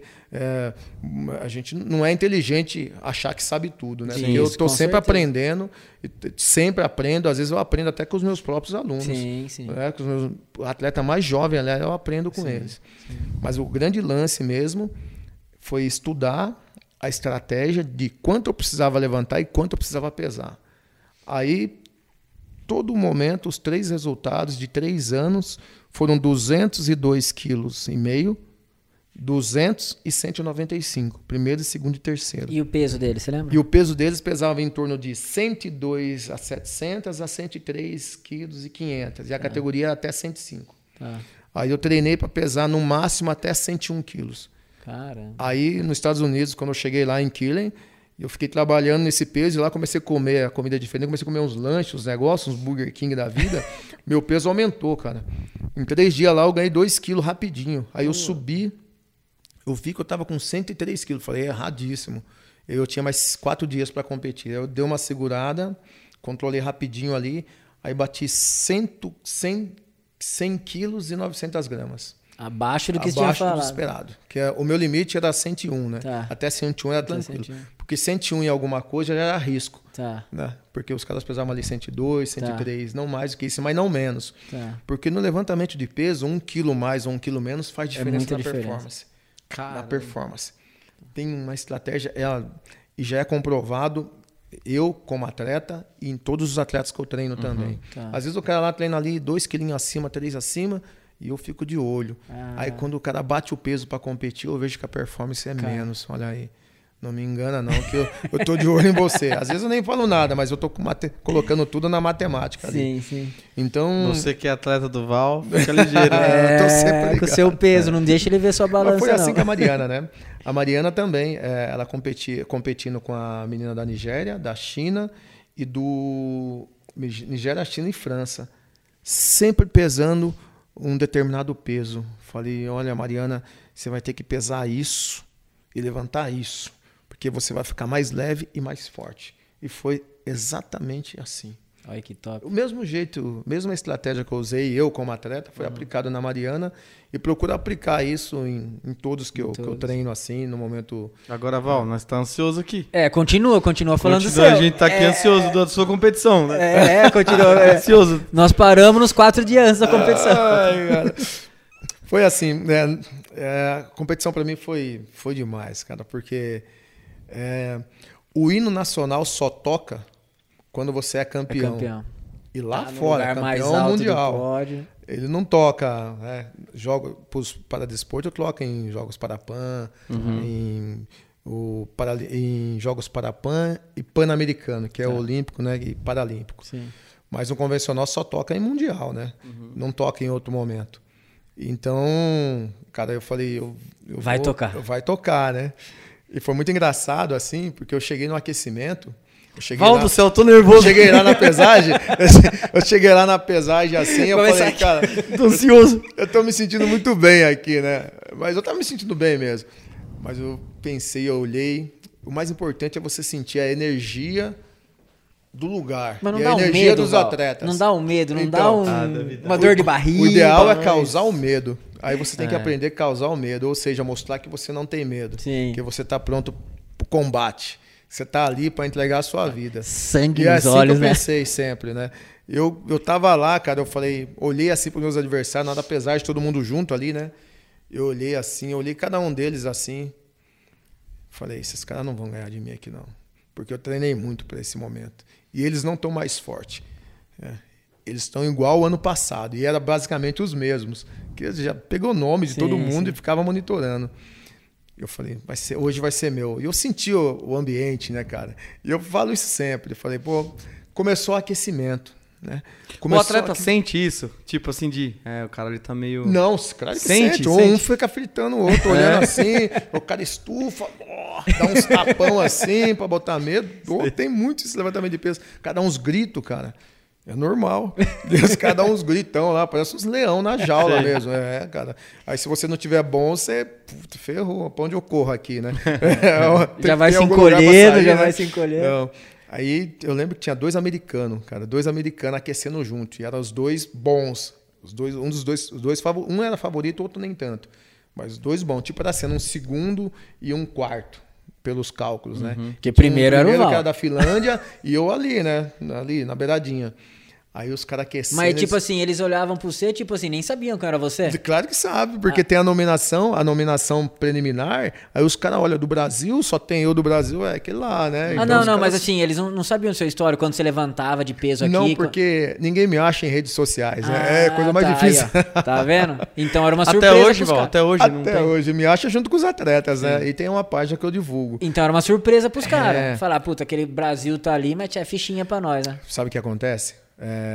a gente não é inteligente achar que sabe tudo, né? Sim, Porque eu isso, estou com sempre certeza. aprendendo, sempre aprendo. Às vezes eu aprendo até com os meus próprios alunos. Sim, sim. Né? Com os meus atletas mais jovens, aliás, eu aprendo com eles. Mas o grande lance mesmo foi estudar a estratégia de quanto eu precisava levantar e quanto eu precisava pesar. Aí, todo momento, os 3 resultados de 3 anos foram 202,5 quilos, 200 e 195, primeiro, segundo e terceiro. E o peso dele, você lembra? E o peso deles pesava em torno de 102 a 700 a 103 quilos e 500. E a categoria era até 105. Tá. Aí eu treinei para pesar no máximo até 101 quilos. Caramba. Aí nos Estados Unidos, quando eu cheguei lá em Killen, eu fiquei trabalhando nesse peso e lá comecei a comer a comida diferente, comecei a comer uns lanches, uns negócios, uns Burger King da vida. Meu peso aumentou, cara. Em 3 dias lá eu ganhei 2 quilos rapidinho. Aí eu subi, eu vi que eu tava com 103 quilos. Falei, erradíssimo. Eu tinha mais 4 dias para competir. Eu dei uma segurada, controlei rapidinho ali, aí bati 100 quilos e 900 gramas. Abaixo do que você tinha Abaixo do falado. esperado. Que o meu limite era 101, né? Tá. Até 101 era Até tranquilo. 101. Porque 101 em alguma coisa já era risco. Tá, Né? Porque os caras pesavam ali 102, 103, não mais do que isso, mas não menos. tá. Porque no levantamento de peso, 1 quilo mais ou 1 quilo menos faz diferença muita na diferença. performance. Na Caramba. performance. Tem uma estratégia, e já é comprovado, eu como atleta e em todos os atletas que eu treino também. tá. Às vezes o cara lá treina ali 2 quilinhos acima, 3 acima, e eu fico de olho. Aí quando o cara bate o peso para competir, eu vejo que a performance é menos. Olha aí. Não me engana não, que eu tô de olho em você. Às vezes eu nem falo nada, mas eu tô colocando tudo na matemática ali. Sim, sim. Então, Você que é atleta do Val, fica ligeiro. Né? eu tô sempre com o ligado. seu peso, não deixa ele ver sua balança, Mas foi assim não. com a Mariana, né? A Mariana também, ela competindo com a menina da Nigéria, da China e do Nigéria, China e França. Sempre pesando um determinado peso. Falei, olha, Mariana, você vai ter que pesar isso e levantar isso, porque você vai ficar mais leve e mais forte. E foi exatamente assim. Olha que top. O mesmo jeito, mesma estratégia que eu usei eu como atleta, foi aplicada na Mariana e procuro aplicar isso em todos que eu treino assim, no momento. Agora, Val, nós estamos ansiosos aqui. Continua falando do seu. A gente tá aqui ansioso da sua competição, né? Continua. Ansioso. Nós paramos nos 4 dias antes da competição. Ai, cara. Foi assim, né? A competição para mim foi demais, cara, porque O hino nacional só toca quando você é campeão. E lá fora, no mais campeão alto mundial. do pódio. Ele não toca, jogos para desporto, toca em jogos para PAN, em jogos para PAN e Pan-Americano, que é o olímpico, né, e paralímpico. Sim. Mas o convencional só toca em mundial, né? Não toca em outro momento. Então, cara, eu falei, vai tocar, né? E foi muito engraçado, assim, porque eu cheguei no aquecimento. Valdo do céu, tô nervoso. Cheguei lá na pesagem. Eu cheguei lá na pesagem assim, eu falei, cara, tô ansioso. Eu tô me sentindo muito bem aqui, né? Mas eu tava me sentindo bem mesmo. Mas eu pensei, eu olhei. O mais importante é você sentir a energia do lugar. Mas não e dá a energia medo, dos Val. atletas. Não dá um medo, não Então, dá uma dor de barriga. O ideal é causar o medo. Aí você tem que aprender a causar o medo. Ou seja, mostrar que você não tem medo. Sim. Que você tá pronto pro combate. Você tá ali para entregar a sua vida. Sangue nos olhos, né? E eu pensei sempre, né? Eu tava lá, cara, eu falei, olhei assim pros meus adversários, nada apesar de todo mundo junto ali, né? Eu olhei assim, olhei cada um deles assim. Falei, esses caras não vão ganhar de mim aqui não. Porque eu treinei muito para esse momento. E eles não estão mais fortes. Eles estão igual ao ano passado. E era basicamente os mesmos. Que já pegou nome de todo mundo e ficava monitorando. Eu falei, hoje vai ser meu. E eu senti o ambiente, né, cara? E eu falo isso sempre. Eu falei, pô, começou o aquecimento, né? O atleta sente isso? Tipo assim o cara ali tá meio... Não, claro que sente. Um fica fritando o outro, olhando assim. O cara estufa, dá uns tapão assim pra botar medo. Tem muito esse levantamento de peso. Cada uns gritos, cara. É normal. Cada uns gritão lá, parece uns leão na jaula mesmo. Cara. Aí se você não tiver bom, você ferrou. Pra onde eu corro aqui, né? Já vai se encolhendo, vai se encolhendo. Não. Aí eu lembro que tinha 2 americanos, cara. 2 americanos aquecendo junto. E eram os 2 bons. Um era favorito, o outro nem tanto. Mas os 2 bons. Tipo, era sendo um segundo e um quarto. Pelos cálculos, né? Que primeiro era o Val. Que era da Finlândia e eu ali, né? Ali, na beiradinha. Aí os caras aquecendo. Mas, tipo assim, eles olhavam pro você, tipo assim, nem sabiam que era você? Claro que sabe, porque tem a nominação preliminar, aí os caras olham do Brasil, só tem eu do Brasil, é aquele lá, né? Então, mas assim, eles não sabiam a sua história quando você levantava de peso aqui? Não, porque ninguém me acha em redes sociais, né? É coisa mais difícil. Aí, tá vendo? Então era uma surpresa. Até hoje, Val, até hoje não tem. Até hoje, me acha junto com os atletas, né? E tem uma página que eu divulgo. Então era uma surpresa pros caras. Falar, puta, aquele Brasil tá ali, mete a fichinha pra nós, né? Sabe o que acontece?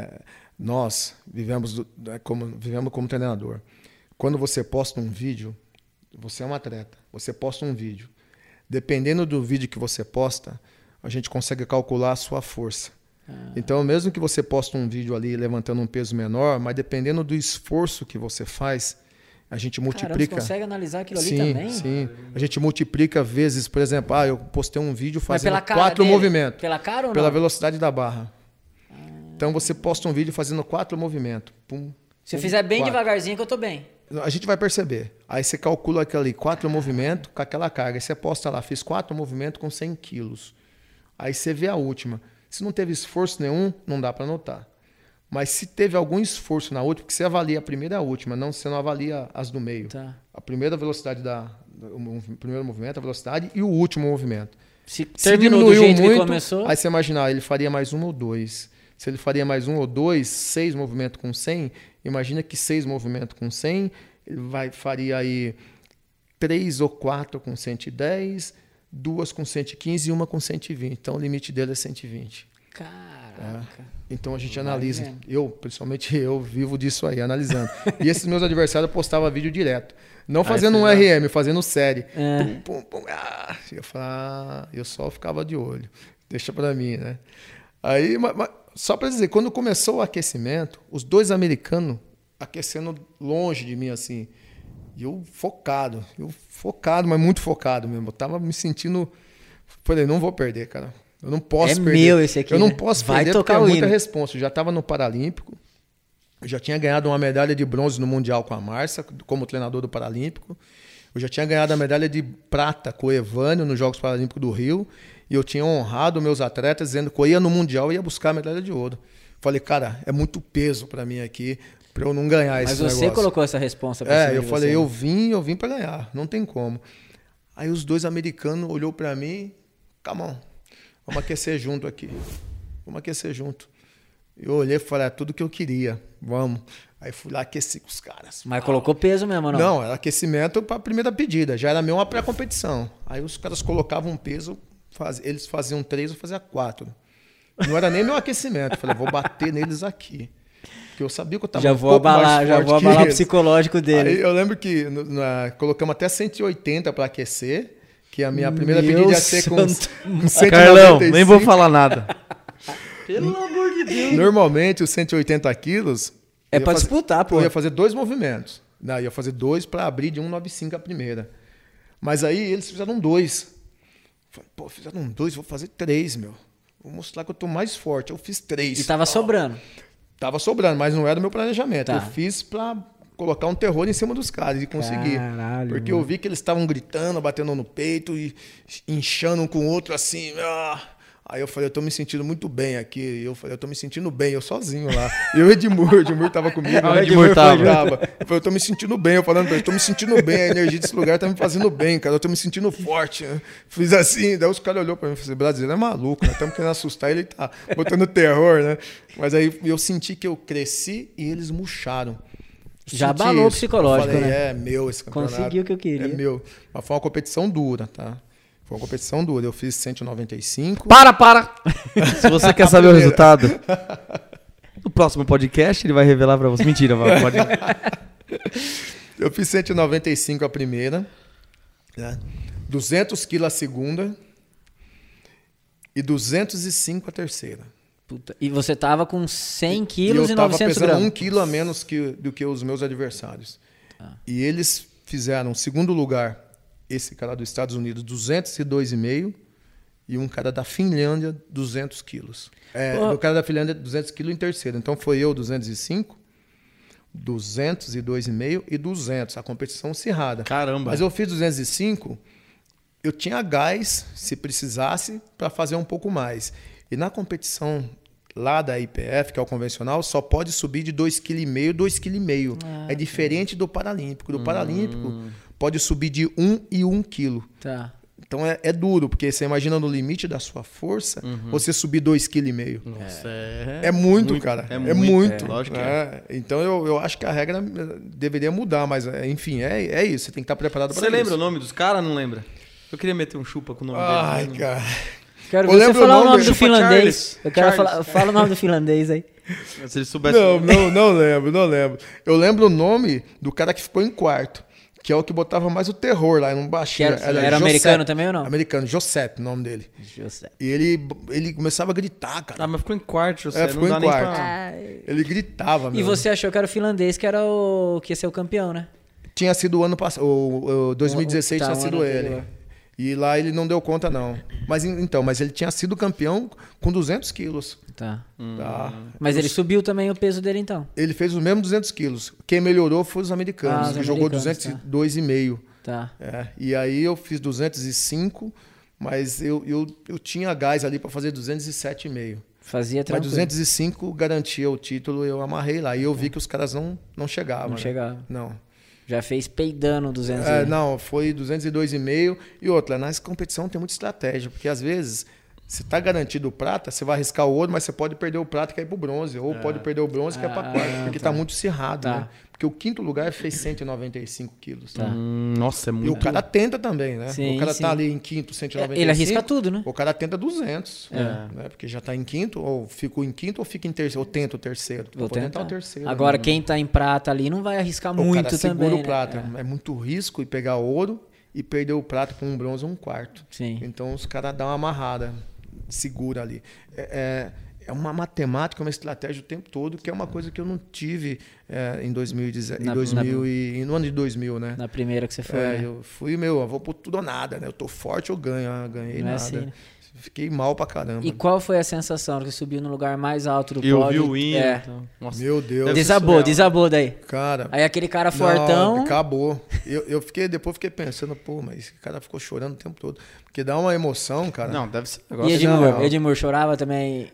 Nós vivemos como treinador. Quando você posta um vídeo, você é um atleta, você posta um vídeo. Dependendo do vídeo que você posta, a gente consegue calcular a sua força. Então, mesmo que você poste um vídeo ali levantando um peso menor, mas dependendo do esforço que você faz, a gente multiplica. Caramba, você consegue analisar aquilo ali também? Sim, a gente multiplica vezes, por exemplo, eu postei um vídeo fazendo 4 movimentos. Pela cara ou não? Pela velocidade da barra. Então você posta um vídeo fazendo 4 movimentos. Se eu fizer bem devagarzinho que eu tô bem. A gente vai perceber. Aí você calcula aquele 4 movimentos com aquela carga. Aí você posta lá, fiz 4 movimentos com 100 quilos. Aí você vê a última. Se não teve esforço nenhum, não dá para anotar. Mas se teve algum esforço na última, porque você avalia a primeira e a última, você não avalia as do meio. Tá. A primeira velocidade o primeiro movimento, a velocidade e o último movimento. Se terminou do jeito muito, que começou... Aí você imaginar, ele faria mais 1 ou 2. Se ele faria mais 1 ou 2, 6 movimentos com 100, imagina que 6 movimentos com 100, ele faria aí 3 ou 4 com 110, 2 com 115 e 1 com 120. Então o limite dele é 120. Caraca. Então a gente analisa. Principalmente eu, vivo disso aí, analisando. E esses meus adversários postavam vídeo direto. Não fazendo um RM, fazendo série. Eu falava, eu só ficava de olho. Deixa pra mim, né? Aí, só para dizer, quando começou o aquecimento, os 2 americanos aquecendo longe de mim, assim, e eu focado, mas muito focado mesmo. Eu tava me sentindo... Falei, não vou perder, cara. Eu não posso perder. É meu esse aqui, Eu não posso perder tocar porque é muita hino. responsa. Eu já estava no Paralímpico, eu já tinha ganhado uma medalha de bronze no Mundial com a Márcia, como treinador do Paralímpico. Eu já tinha ganhado a medalha de prata com o Evânio nos Jogos Paralímpicos do Rio. E eu tinha honrado meus atletas dizendo que eu ia no Mundial e ia buscar a medalha de ouro. Falei, cara, é muito peso para mim aqui, para eu não ganhar esse negócio. Mas você colocou essa responsa pra cima eu de falei, você. eu vim para ganhar, não tem como. Aí os 2 americanos olhou para mim, come on. Vamos aquecer junto aqui. Vamos aquecer junto. Eu olhei e falei, é tudo que eu queria. Vamos. Aí fui lá aqueci com os caras. Mas colocou peso mesmo, não? Não, era aquecimento para a primeira pedida. Já era meu uma pré-competição. Aí os caras colocavam um peso, eles faziam 3, eu fazia 4. Não era nem meu aquecimento. Eu falei, vou bater neles aqui. Porque eu sabia que eu estava já vou abalar o psicológico dele. Aí eu lembro que colocamos até 180 para aquecer, que a minha primeira pedida ia ser com 195. Carlão, nem vou falar nada. Pelo amor de Deus. Normalmente, os 180 quilos... É para disputar, pô. Eu ia fazer 2 movimentos. Não, eu ia fazer 2 para abrir de 195 a primeira. Mas aí eles fizeram 2. Falei, pô, fizeram 2, vou fazer 3, meu. Vou mostrar que eu tô mais forte. Eu fiz 3. E tava sobrando. Tava sobrando, mas não era o meu planejamento. Tá. Eu fiz para colocar um terror em cima dos caras e conseguir. Caralho, porque mano. eu vi que eles estavam gritando, batendo no peito e inchando um com o outro assim. Aí eu falei, eu tô me sentindo muito bem aqui. Eu falei, eu tô me sentindo bem, eu sozinho lá. E o Edmur tava comigo. O Edmur tava. Eu falei, eu tô me sentindo bem. Eu falando pra ele, tô me sentindo bem, a energia desse lugar tá me fazendo bem, cara. Eu tô me sentindo forte. Fiz assim, daí os caras olhou pra mim e falaram, brasileiro é maluco, nós estamos querendo assustar, ele tá botando terror, né? Mas aí eu senti que eu cresci e eles murcharam. Já abalou o psicológico, eu falei, né? É meu esse campeonato. Conseguiu o que eu queria. É meu. Mas foi uma competição dura, tá? Foi uma competição dura. Eu fiz 195. Para! Se você quer saber o resultado, no próximo podcast ele vai revelar pra você. Mentira, pode. Eu fiz 195 a primeira, né? 200 quilos a segunda e 205 a terceira. Puta. E você tava com 100 E quilos e 900 eu tava pesando gramas. 1 quilo a menos do que os meus adversários. Tá. E eles fizeram, segundo lugar, esse cara dos Estados Unidos, 202,5 e um cara da Finlândia, 200 quilos. O cara da Finlândia, 200 quilos em terceiro. Então foi eu, 205, 202,5 e 200. A competição acirrada. Caramba. Mas eu fiz 205, eu tinha gás, se precisasse, para fazer um pouco mais. E na competição lá da IPF, que é o convencional, só pode subir de 2,5 kg, 2,5 kg. É diferente do Paralímpico. Do Paralímpico, pode subir de 1 e 1 kg. Tá. Então é duro, porque você imagina no limite da sua força, você subir 2,5 kg. Nossa, É muito, cara. É muito. Lógico que Então eu acho que a regra deveria mudar, mas enfim, é isso. Você tem que estar preparado para isso. Você lembra o nome dos caras? Não lembra? Eu queria meter um chupa com o nome Ai, deles. cara. Quero Eu ver você lembro falar o o nome do nome. finlandês. Eu quero Charles. falar. Fala o nome do finlandês aí. Se ele soubesse. Não lembro. Eu lembro o nome do cara que ficou em quarto, que é o que botava mais o terror lá, não baixinho. Era americano também ou não? Americano, Josep, o nome dele. José. E ele começava a gritar, cara. Ah, mas ficou em quarto, José. Ficou não em dá quarto. nem pra... Ele gritava, E meu. você achou que era o finlandês que era o que ia ser o campeão, né? Tinha sido o ano passado, o 2016 Tá, tinha o sido ano ele. anterior. E lá ele não deu conta, não. Mas ele tinha sido campeão com 200 quilos. Tá. Tá? Mas ele subiu também o peso dele então. Ele fez os mesmos 200 quilos. Quem melhorou foi os americanos, os que jogou americanos, 202,5. Tá. E aí eu fiz 205, mas eu tinha gás ali para fazer 207,5. Fazia Mas tranquilo. 205 garantia o título, eu amarrei lá. E eu vi que os caras não chegavam. Não né? chegava. Não. Já fez peidando 200. Não, foi 202,5. E outra, na competição tem muita estratégia, porque às vezes você está garantido o prata, você vai arriscar o ouro, mas você pode perder o prata e cair pro bronze. Ou pode perder o bronze e cair para quarto, porque está muito acirrado, Tá. né? Porque o quinto lugar fez 195 quilos. Tá. Nossa, é muito. E o cara tenta também, né? Sim, o cara sim. tá ali em quinto, 195. Ele arrisca tudo, né? O cara tenta 200, né? Porque já tá em quinto, ou fico em quinto, ou fica em terceiro, ou tenta o terceiro. Vou Vou tentar tentar. o terceiro. Agora, né? quem tá em prata ali não vai arriscar O muito cara segura também. o né? prata. É muito risco e pegar ouro e perder o prata com um bronze ou um quarto. Sim. Então os caras dão uma amarrada, segura ali. É uma matemática, uma estratégia o tempo todo, que é uma coisa que eu não tive em 2010, no ano de 2000, né? Na primeira que você foi. né? Eu fui, eu vou por tudo ou nada, né? Eu tô forte, eu ganho. Ganhei Não é nada. assim, né? Fiquei mal pra caramba. E qual foi a sensação que você subiu no lugar mais alto do E eu pódio? vi o hino. É. Então. Nossa. Meu Deus. Deve ser Desabou, surreal. desabou daí. Cara. Aí aquele cara fortão. Não, acabou. Depois fiquei pensando, pô, mas esse cara ficou chorando o tempo todo. Porque dá uma emoção, cara. Não, deve ser um E negócio. Edmur? Não. Edmur chorava também.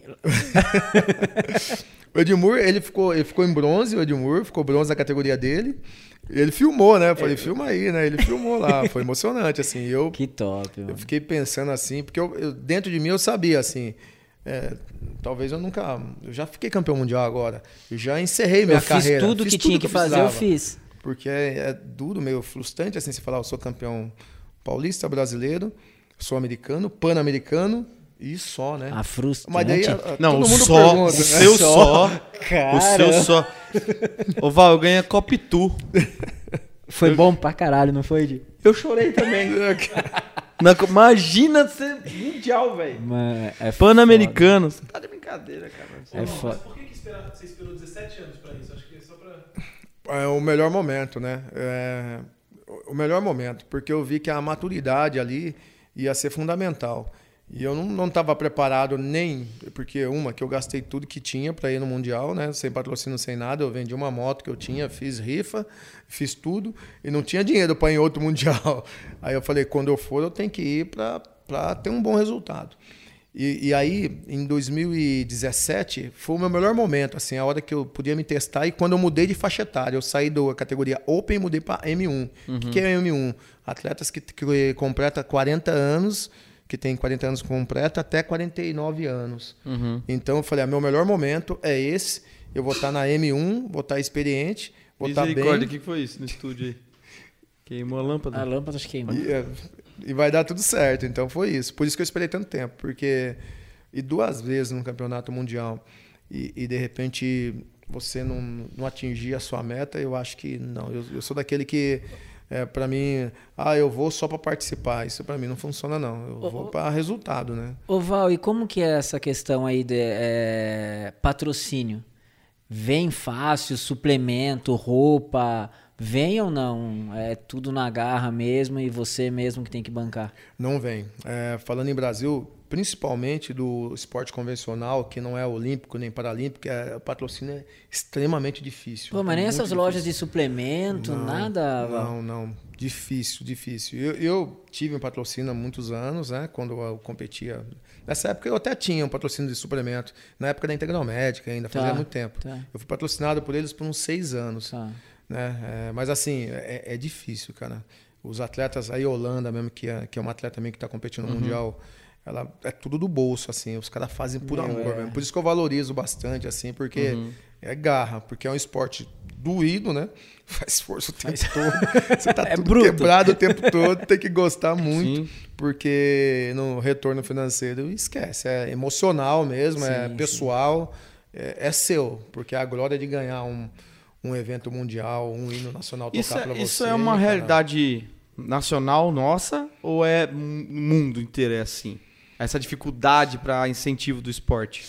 O Edmur, ele ficou em bronze, o Edmur ficou bronze na categoria dele. Ele filmou, né? Eu falei, filma aí, né? Ele filmou lá. Foi emocionante, assim. Que top, mano. Eu fiquei pensando assim, porque dentro de mim eu sabia, assim, talvez eu nunca... Eu já fiquei campeão mundial agora. Eu já encerrei minha carreira. Fiz tudo que tinha que fazer, eu fiz. Porque é duro, meio frustrante, assim, você falar, eu sou campeão paulista, brasileiro, sou americano, pan-americano e só, né? Frustrante. Mas daí não, todo mundo só, pergunta, o seu só. Cara. O seu só. Ô, Val, eu ganhei a Copitu. Foi bom pra caralho, não foi, Di? Eu chorei também. Imagina ser mundial, velho. Pan-americano. Você tá de brincadeira, cara. É foda. Mas por que você esperou 17 anos pra isso? Acho que é só pra... É o melhor momento, né? O melhor momento, porque eu vi que a maturidade ali ia ser fundamental. E eu não estava preparado nem... Porque, que eu gastei tudo que tinha para ir no Mundial, né? Sem patrocínio, sem nada. Eu vendi uma moto que eu tinha, fiz rifa, fiz tudo. E não tinha dinheiro para ir em outro Mundial. Aí eu falei, quando eu for, eu tenho que ir para ter um bom resultado. E aí, em 2017, foi o meu melhor momento, assim, a hora que eu podia me testar. E quando eu mudei de faixa etária, eu saí da categoria Open e mudei para M1. O que é M1? Atletas que completam 40 anos... que tem 40 anos completa até 49 anos. Então eu falei, meu melhor momento é esse, eu vou estar na M1, vou estar experiente, vou estar bem. O que foi isso no estúdio aí? Queimou a lâmpada? A lâmpada acho que queimou. E vai dar tudo certo, então foi isso. Por isso que eu esperei tanto tempo, porque... E 2 vezes no campeonato mundial, e de repente você não atingir a sua meta, eu acho que não. Eu sou daquele que... para mim, eu vou só para participar. Isso para mim não funciona, não. Eu vou para resultado, né? Ô Val, e como que é essa questão aí de patrocínio? Vem fácil, suplemento, roupa, vem ou não? É tudo na garra mesmo e você mesmo que tem que bancar? Não vem. Falando em Brasil, principalmente do esporte convencional, que não é olímpico nem paralímpico, o patrocínio é extremamente difícil. Pô, mas nem essas lojas de suplemento, nada? Não. Difícil. Eu tive um patrocínio há muitos anos, né? Quando eu competia. Nessa época eu até tinha um patrocínio de suplemento. Na época da Integral Médica ainda, fazia muito tempo. Tá. Eu fui patrocinado por eles por uns 6 anos. Tá. Né? Mas assim, é difícil, cara. Os atletas, a Yolanda mesmo, que é uma atleta também que está competindo no Mundial, ela é tudo do bolso, assim, os caras fazem por amor mesmo. Por isso que eu valorizo bastante, assim, porque é garra, porque é um esporte doído, né? Faz força o tempo todo. Você tá tudo quebrado o tempo todo, tem que gostar muito, porque no retorno financeiro, esquece, é emocional mesmo, é pessoal, é seu, porque a glória de ganhar um evento mundial, um hino nacional tocar para você. Isso é uma realidade nacional nossa ou é mundo inteiro é assim? Essa dificuldade para incentivo do esporte?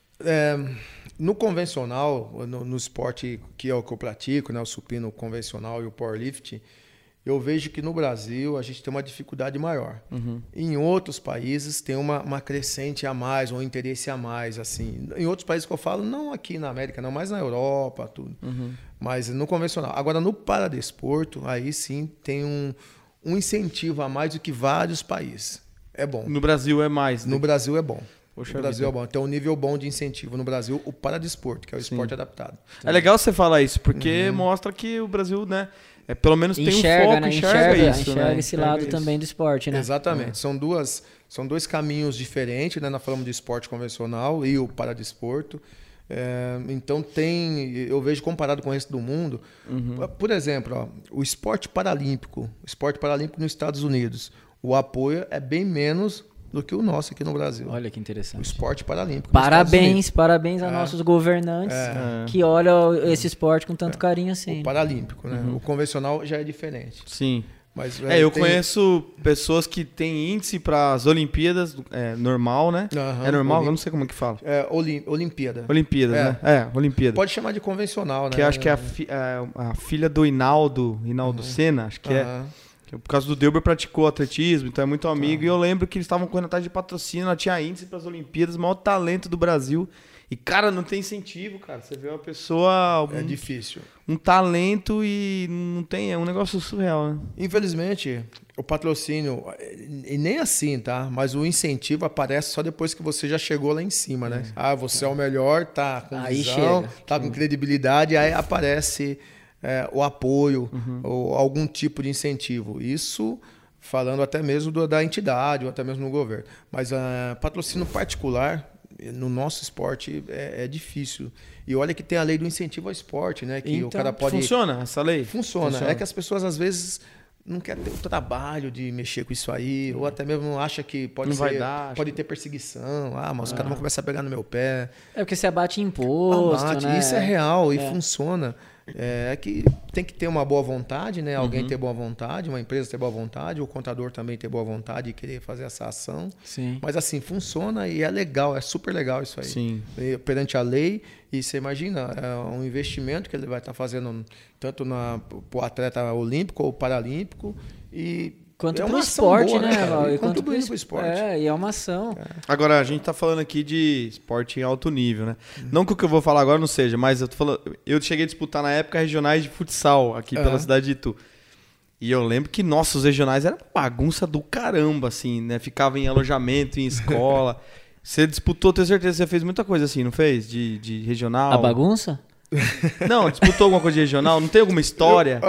No convencional, no esporte que é o que eu pratico, né, o supino convencional e o powerlifting, eu vejo que no Brasil a gente tem uma dificuldade maior. Em outros países tem uma crescente a mais, um interesse a mais. Assim. Em outros países que eu falo, não aqui na América, não, mas na Europa, tudo. Mas no convencional. Agora, no paradesporto, aí sim tem um incentivo a mais do que vários países. É bom. No Brasil é mais, né? No Brasil é bom. Poxa, no Brasil é bom. Tem um nível bom de incentivo no Brasil, o paradesporto, que é o esporte adaptado. É legal você falar isso, porque mostra que o Brasil, né, pelo menos tem um foco, né? enxerga isso, enxerga né? esse lado também do esporte, né? Exatamente. São dois caminhos diferentes, né? Nós falamos de esporte convencional e o paradesporto. Então eu vejo comparado com o resto do mundo, por exemplo, o esporte paralímpico nos Estados Unidos, o apoio é bem menos do que o nosso aqui no Brasil. Olha que interessante. O esporte paralímpico. Parabéns a nossos governantes que olham esse esporte com tanto carinho assim. O paralímpico, né? O convencional já é diferente. Sim. Mas, eu conheço pessoas que têm índice para as Olimpíadas, normal, né? É normal? Eu não sei como é que fala. Olimpíada. Olimpíadas, né? Olimpíada. Pode chamar de convencional, né? Que acho que é a filha do Hinaldo Senna, acho que é. Por causa do Delber praticou atletismo, então é muito amigo. E eu lembro que eles estavam correndo atrás de patrocínio, ela tinha índice para as Olimpíadas, o maior talento do Brasil. E, cara, não tem incentivo, cara. Você vê uma pessoa... É difícil. Um talento e não tem... É um negócio surreal, né? Infelizmente, o patrocínio... E nem assim, tá? Mas o incentivo aparece só depois que você já chegou lá em cima, né? Você é o melhor, tá com visão, tá com credibilidade. Aí aparece o apoio ou algum tipo de incentivo. Isso falando até mesmo da entidade ou até mesmo no governo. Mas patrocínio particular, no nosso esporte, é difícil. E olha que tem a lei do incentivo ao esporte, né? Que Então, o cara pode... Funciona essa lei? Funciona. É que as pessoas, às vezes, não querem ter o trabalho de mexer com isso aí, ou até mesmo acha que pode Não vai ser, dar, pode ter perseguição. Mas os caras vão começar a pegar no meu pé. É porque você abate imposto, né? Isso é real e funciona. É que tem que ter uma boa vontade, né? Alguém ter boa vontade, uma empresa ter boa vontade, o contador também ter boa vontade e querer fazer essa ação. Sim. Mas assim, funciona e é legal, é super legal isso aí. Sim. Perante a lei, e você imagina, é um investimento que ele vai estar fazendo tanto para o atleta olímpico ou paralímpico. Quanto é pro uma ação esporte, boa, né, cara? Val? E contribuindo pro esporte. E é uma ação. Agora, a gente tá falando aqui de esporte em alto nível, né? Não que o que eu vou falar agora não seja, mas eu tô falando, eu cheguei a disputar na época regionais de futsal aqui pela cidade de Itu. E eu lembro que, nossa, os regionais eram bagunça do caramba, assim, né? Ficava em alojamento, em escola. Você disputou, tenho certeza que você fez muita coisa assim, não fez? De regional? A bagunça? Não, disputou alguma coisa de regional? Não tem alguma história?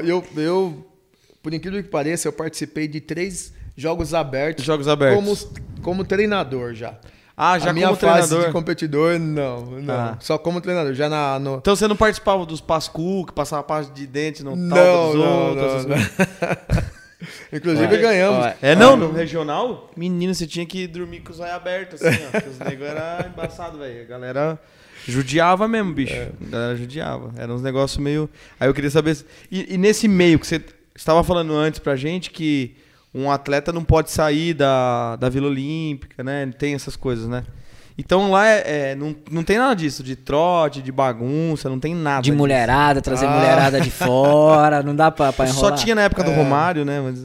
Eu por incrível que pareça, eu participei de 3 jogos abertos. Jogos abertos. Como treinador já. Já a minha como fase treinador? de competidor, não. Só como treinador. Já no... Então você não participava dos pascu, que passava pasta de dente no Não, tal dos não, outros? não. Inclusive ganhamos. No regional, menino, você tinha que dormir com os olhos abertos, assim, ó. Porque os negros eram embaçados, velho. A galera judiava mesmo, bicho. A galera judiava. Era uns negócios meio... Aí eu queria saber... E nesse meio que você estava falando antes pra gente que um atleta não pode sair da Vila Olímpica, né? Tem essas coisas, né? Então lá não tem nada disso, de trote, de bagunça, não tem nada. De mulherada, trazer mulherada de fora, não dá pra enrolar. Só tinha na época do Romário, né? Mas...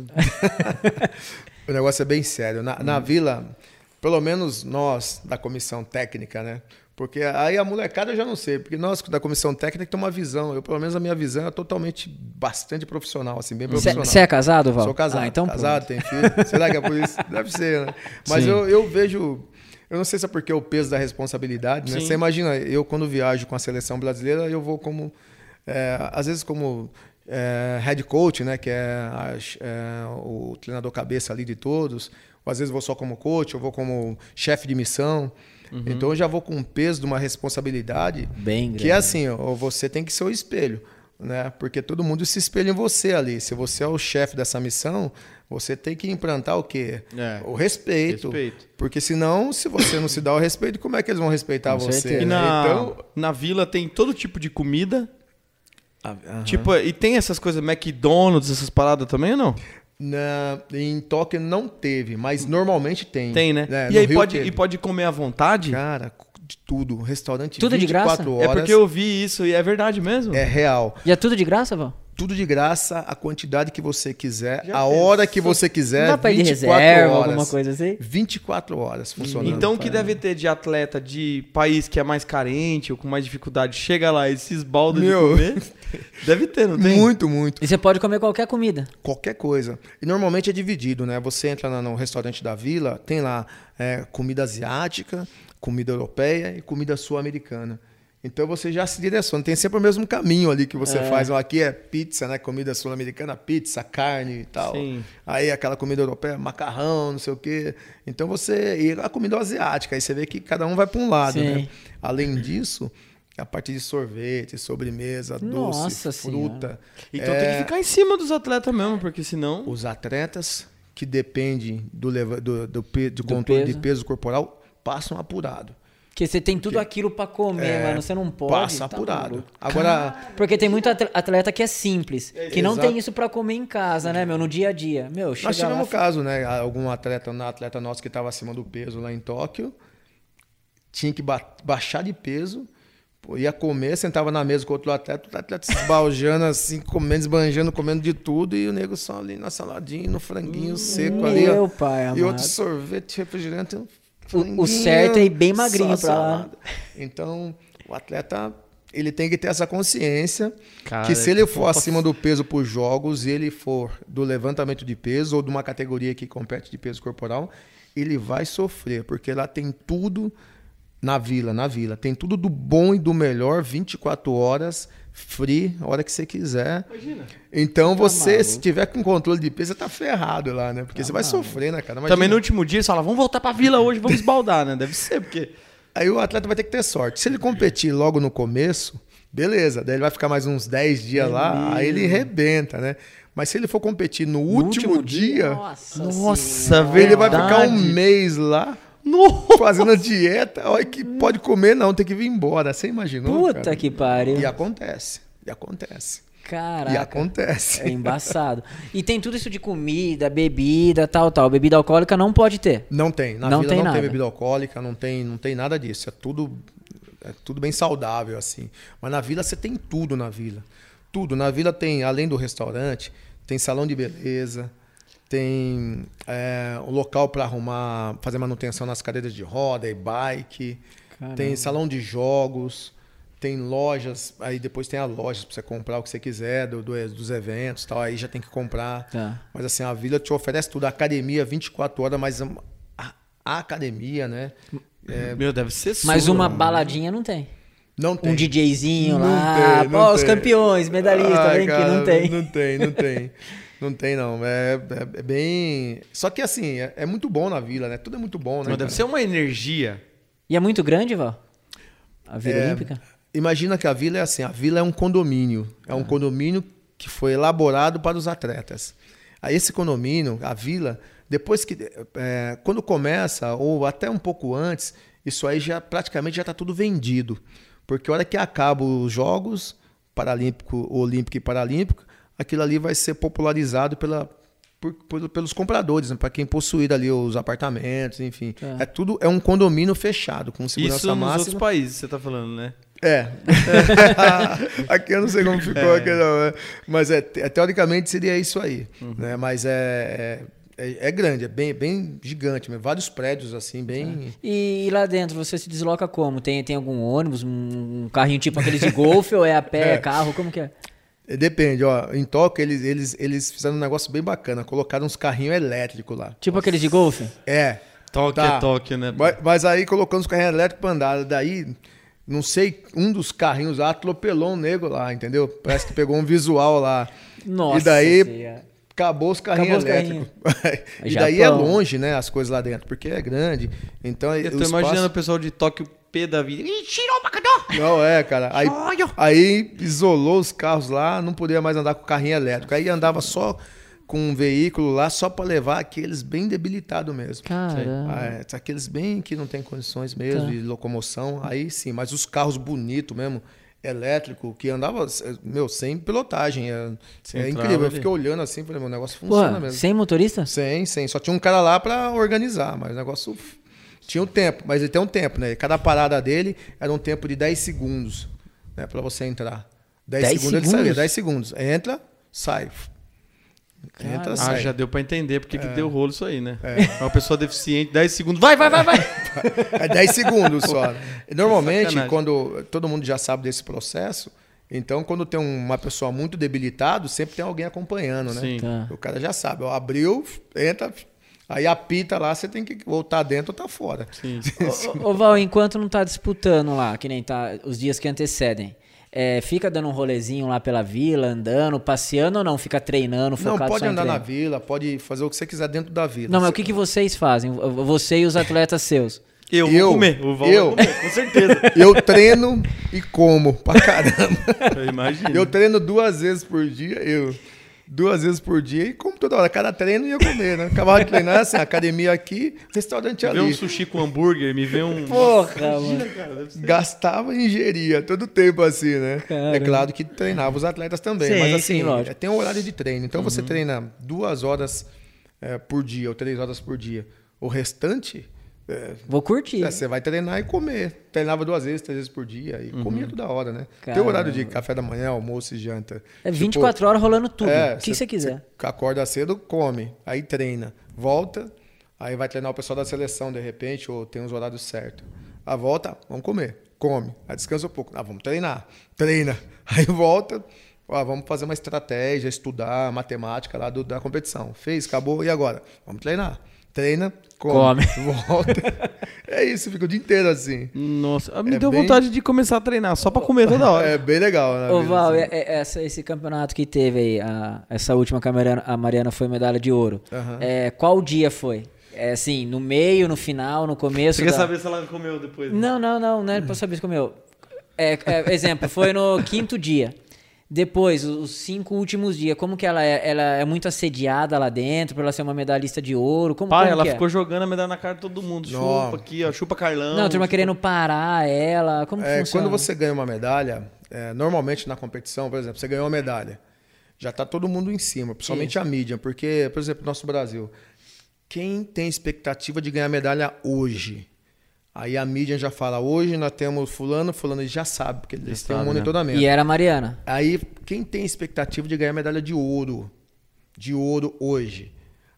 O negócio é bem sério. Na Vila, pelo menos nós da comissão técnica, né? Porque aí a molecada eu já não sei, porque nós da comissão técnica tem uma visão. Pelo menos a minha visão é totalmente bastante profissional, assim, bem profissional. Você é casado, Val? Sou casado. Então casado, tenho filho. Será que é por isso? Deve ser, né? Mas eu vejo... Eu não sei se é porque é o peso da responsabilidade, né? Você imagina, eu quando viajo com a seleção brasileira, eu vou como... às vezes como head coach, né? Que o treinador cabeça ali de todos. Ou às vezes vou só como coach, eu vou como chefe de missão. Então eu já vou com o peso de uma responsabilidade bem grande. Que é assim, você tem que ser o espelho, né? Porque todo mundo se espelha em você ali. Se você é o chefe dessa missão, você tem que implantar o quê? O respeito. Porque senão, se você não se dá o respeito, como é que eles vão respeitar você? E na Vila tem todo tipo de comida. Tipo, e tem essas coisas, McDonald's, essas paradas também ou não? Em Tóquio não teve, mas normalmente tem. Tem, né? E aí pode comer à vontade? Cara, de tudo. Restaurante tudo 24 de graça? horas. É porque eu vi isso e é verdade mesmo? É real. E é tudo de graça, Val? Tudo de graça, a quantidade que você quiser, hora que você quiser, não dá pra ir de 24 reserva, horas. Alguma coisa assim? 24 horas funcionando. Então o que deve ter de atleta de país que é mais carente ou com mais dificuldade, chega lá e se esbalda de comer? Deve ter, não tem? Muito, muito. E você pode comer qualquer comida? Qualquer coisa. E normalmente é dividido, né? Você entra no restaurante da Vila, tem lá comida asiática, comida europeia e comida sul-americana. Então você já se direciona, tem sempre o mesmo caminho ali que você faz. Aqui é pizza, né? Comida sul-americana, pizza, carne e tal. Sim. Aí aquela comida europeia, macarrão, não sei o quê. Então e a comida asiática, aí você vê que cada um vai para um lado, né? Além disso, a parte de sorvete, sobremesa, doce, fruta. Então tem que ficar em cima dos atletas mesmo, porque senão... Os atletas que dependem do controle de peso corporal passam apurado. Porque você tem tudo aquilo pra comer, mano. Você não pode. Passa apurado. Agora... Porque tem muito atleta que é simples. Que não tem isso pra comer em casa, né, meu? No dia a dia. Meu, chega Nós tivemos lá... um caso, né? Algum atleta nosso que estava acima do peso lá em Tóquio. Tinha que baixar de peso. Ia comer, sentava na mesa com outro atleta. O atleta se esbaljando assim, comendo, esbanjando, comendo de tudo. E o nego só ali na saladinha, no franguinho seco ali. Meu pai amado. E outro sorvete, refrigerante... O certo é ir bem magrinho pra lá. Então, o atleta, ele tem que ter essa consciência Cara, que se ele for acima do peso por jogos e ele for do levantamento de peso ou de uma categoria que compete de peso corporal, ele vai sofrer, porque lá tem tudo na Vila. Tem tudo do bom e do melhor, 24 horas, free, a hora que você quiser. Imagina. Então você, maluco. se tiver com controle de peso, você tá ferrado lá, né? Porque você vai sofrer, né, cara? Imagina. Também no último dia, você fala, vamos voltar pra vila hoje, vamos esbaldar, né? Deve ser, porque... Aí o atleta vai ter que ter sorte. Se ele competir logo no começo, beleza. Daí ele vai ficar mais uns 10 dias lá, aí ele rebenta, né? Mas se ele for competir no último dia, Nossa, ele vai ficar um verdade. mês lá Nossa. fazendo a dieta. Olha que pode comer não, tem que vir embora. Você imaginou, Puta cara? que pariu. E acontece. E acontece. Caraca. E acontece. É embaçado. E tem tudo isso de comida, bebida, tal. Bebida alcoólica não pode ter. Não tem. Na Não vila tem não nada. tem bebida alcoólica, não tem nada disso. É tudo bem saudável, assim. Mas na vila você tem tudo na vila. Tudo. Na vila tem, além do restaurante, tem salão de beleza, tem um local para arrumar, fazer manutenção nas cadeiras de roda e bike, tem salão de jogos, tem lojas, aí depois tem as lojas para você comprar o que você quiser dos eventos e tal, aí já tem que comprar. Tá. Mas assim, a vila te oferece tudo, a academia 24 horas, mas a academia, né? Meu, deve ser Mas sua. uma baladinha não tem. Não tem. Um DJzinho Não lá. tem, não Os tem. campeões, medalhista, Ai, vem cara, aqui, não tem. Não tem. Não tem, não. É bem... Só que assim, é muito bom na vila, né? Tudo é muito bom, né? Mas deve ser uma energia. E é muito grande, Val? A Vila Olímpica? Imagina que a vila é assim, a vila é um condomínio. É um condomínio que foi elaborado para os atletas. Aí esse condomínio, a vila, depois que... quando começa, ou até um pouco antes, isso aí já praticamente já está tudo vendido. Porque a hora que acabam os Jogos Olímpico e Paralímpico, aquilo ali vai ser popularizado pelos compradores, né? Para quem possuir ali os apartamentos, enfim. É um condomínio fechado, com segurança Isso nos máxima. outros países, você tá falando, né? Aqui eu não sei como ficou aqui, não, né? Mas teoricamente seria isso aí. Né? Mas é grande, é bem gigante, mesmo. Vários prédios assim, bem. E lá dentro, você se desloca como? Tem algum ônibus, um carrinho tipo aqueles de golfe, ou é a pé, carro? Como que é? Depende, ó. Em Tóquio eles fizeram um negócio bem bacana, colocaram uns carrinhos elétricos lá. Tipo aqueles de golfe? Tóquio Tá. é Tóquio, né? Mas aí colocando os carrinhos elétricos pra andar. Daí, não sei, um dos carrinhos lá atropelou um nego lá, entendeu? Parece que pegou um visual lá. Nossa E daí Senhora. acabou os carrinhos elétricos. E Japão. daí é longe, né, as coisas lá dentro, porque é grande. Então, Eu tô o espaço... imaginando o pessoal de Tóquio pé da vida. Ih, tirou o macador! Não, cara. Aí isolou os carros lá, não podia mais andar com carrinho elétrico. Aí andava só com um veículo lá, só para levar aqueles bem debilitados mesmo. Caramba. Aqueles bem que não tem condições mesmo de locomoção. Aí sim, mas os carros bonitos mesmo, elétrico, que andava, sem pilotagem. É incrível. Eu fiquei olhando assim, falei, meu negócio funciona Pô, mesmo. sem motorista? Sem. Só tinha um cara lá para organizar, mas o negócio tinha um tempo, mas ele tem um tempo, né? Cada parada dele era um tempo de 10 segundos, né, para você entrar. 10 segundos ele saía, 10 segundos. Entra, sai. Entra, sai. Já deu pra entender porque que deu rolo isso aí, né? Uma pessoa deficiente, 10 segundos, vai! É 10 segundos só. Normalmente, Sacanagem. quando todo mundo já sabe desse processo, então quando tem uma pessoa muito debilitada, sempre tem alguém acompanhando, né? Sim. Tá. O cara já sabe, ó, abriu, entra, aí apita lá, você tem que voltar dentro ou tá fora. Sim. Ô Val, enquanto não tá disputando lá, que nem tá os dias que antecedem, fica dando um rolezinho lá pela vila, andando, passeando ou não? Fica treinando, focado Não, pode só em andar na treino? vila, pode fazer o que você quiser dentro da vila. Não, mas o que vocês fazem? Você e os atletas seus? Eu vou comer, o Val vai comer, com certeza. Eu treino e como pra caramba. Eu imagino. Eu treino 2 vezes por dia, 2 vezes por dia e como toda hora. Cada treino ia comer, né? Acabava de treinar, assim, academia aqui, restaurante Vê ali. um sushi com hambúrguer, me vê um... Porra, mano. Cara, deve ser... Gastava e ingeria todo tempo assim, né? Caramba. É claro que treinava os atletas também, Sim, mas assim, sim, lógico. tem um horário de treino. Então você treina 2 horas por dia ou 3 horas por dia. O restante, Vou curtir. você vai treinar e comer. Treinava 2 vezes, 3 vezes por dia e comia toda hora, né? Tem Caramba. o horário de café da manhã, almoço e janta. É 24 horas rolando tudo. O que você você quiser. Você acorda cedo, come, aí treina, volta, aí vai treinar o pessoal da seleção de repente, ou tem os horários certos. A volta, vamos comer, come, aí descansa um pouco, vamos treinar, treina, aí volta, vamos fazer uma estratégia, estudar matemática lá da competição. Fez, acabou, e agora? Vamos treinar. treina, Come. volta. É isso, fica o dia inteiro assim. Nossa, me É deu bem- vontade de começar a treinar só pra comer toda hora. É bem legal, né? Ô, Val, assim. esse campeonato que teve aí, essa última que a Mariana foi medalha de ouro, Aham. qual dia foi? É assim, no meio, no final, no começo? Você quer saber se ela comeu depois? né? Não é pra saber se comeu. Exemplo, foi no quinto dia. Depois, os 5 últimos dias, como que ela é? Ela é muito assediada lá dentro, pra ela ser uma medalhista de ouro? Como Pai, como ela que é? ficou jogando a medalha na cara de todo mundo. Não. Chupa aqui, ó. Chupa Carlão. Não, a turma chupa- querendo parar ela. Como que funciona? Quando você ganha uma medalha, normalmente na competição, por exemplo, você ganhou uma medalha, já tá todo mundo em cima, principalmente a mídia, porque, por exemplo, nosso Brasil, quem tem expectativa de ganhar medalha hoje? Aí a mídia já fala, hoje nós temos fulano ele já sabe, porque eles têm um sabe, né? monitoramento. E era a Mariana. Aí, quem tem expectativa de ganhar medalha de ouro hoje?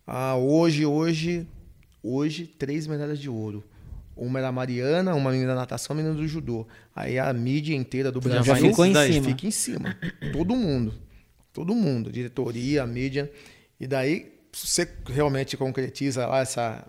Hoje 3 medalhas de ouro. Uma era a Mariana, uma menina da natação, uma menina do judô. Aí a mídia inteira do Brasil já ficou em daí. cima. fica em cima. Todo mundo, diretoria, a mídia. E daí, se você realmente concretiza lá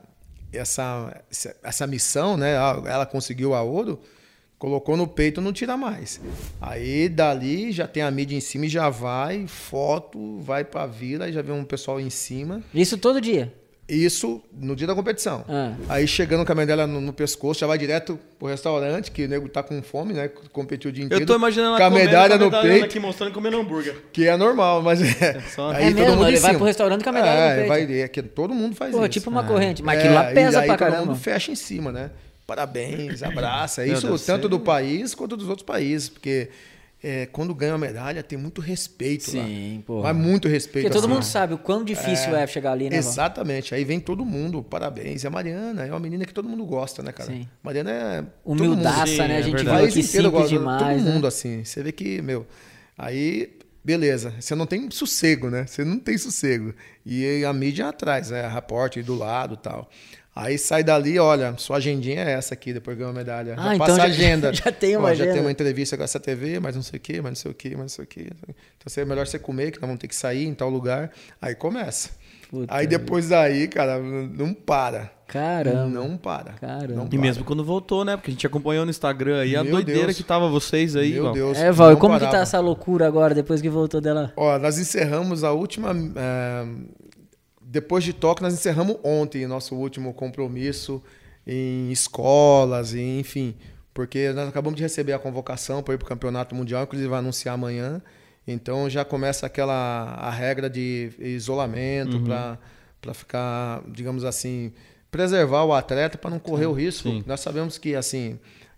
essa missão, né? Ela conseguiu a ouro, colocou no peito, não tira mais. Aí dali já tem a mídia em cima e já vai, foto, vai pra vila, aí já vem um pessoal em cima. Isso todo dia. Isso no dia da competição. Ah. Aí chegando com a medalha no pescoço, já vai direto pro restaurante, que o nego tá com fome, né? Competiu o dia inteiro. Eu tô imaginando com a comendo, medalha com a no medalhona peito, aqui mostrando comendo hambúrguer. que é normal, mas só- aí É todo mesmo? mundo em Ele vai cima. pro restaurante com a medalha no peito. Vai, que todo mundo faz Pô, isso. tipo uma corrente. Mas aquilo lá E pesa aí pra todo caramba. mundo fecha em cima, né? Parabéns, abraça. Meu Isso Deus, tanto você- do país quanto dos outros países, porque quando ganha uma medalha tem muito respeito lá. Sim, pô. Mas muito respeito. Porque todo assim. mundo sabe o quão difícil é chegar ali, né, Val? Exatamente. Aí vem todo mundo, parabéns. E a Mariana é uma menina que todo mundo gosta, né, cara? Sim. Mariana é... Humildaça, Sim, né? A é gente verdade. viu O país aqui inteiro simples gosta, demais, todo né? mundo assim. Você vê que, aí, beleza. Você não tem sossego, né? Você não tem sossego. E a mídia atrás, né? A repórter do lado e tal. Aí sai dali, olha, sua agendinha é essa aqui, depois ganhou a medalha. Ah, passa então a agenda. já tem uma Ó, agenda. Já tem uma entrevista com essa TV, mas não sei o quê, mas não sei o quê, mas não sei o quê. Então é melhor você comer, que nós vamos ter que sair em tal lugar. Aí começa. Puta Aí depois daí, cara, não para. Caramba. Não para. Caramba. Não E para. mesmo quando voltou, né? Porque a gente acompanhou no Instagram aí a Meu doideira Deus. que tava vocês aí. Meu Val. Deus. Val, e não como que parava. tá essa loucura agora, depois que voltou dela? Ó, nós encerramos a última. Depois de Tóquio, nós encerramos ontem nosso último compromisso em escolas, e, enfim. Porque nós acabamos de receber a convocação para ir para o Campeonato Mundial, inclusive vai anunciar amanhã. Então já começa a regra de isolamento para ficar, digamos assim, preservar o atleta para não correr o risco. sim. Nós sabemos que, assim,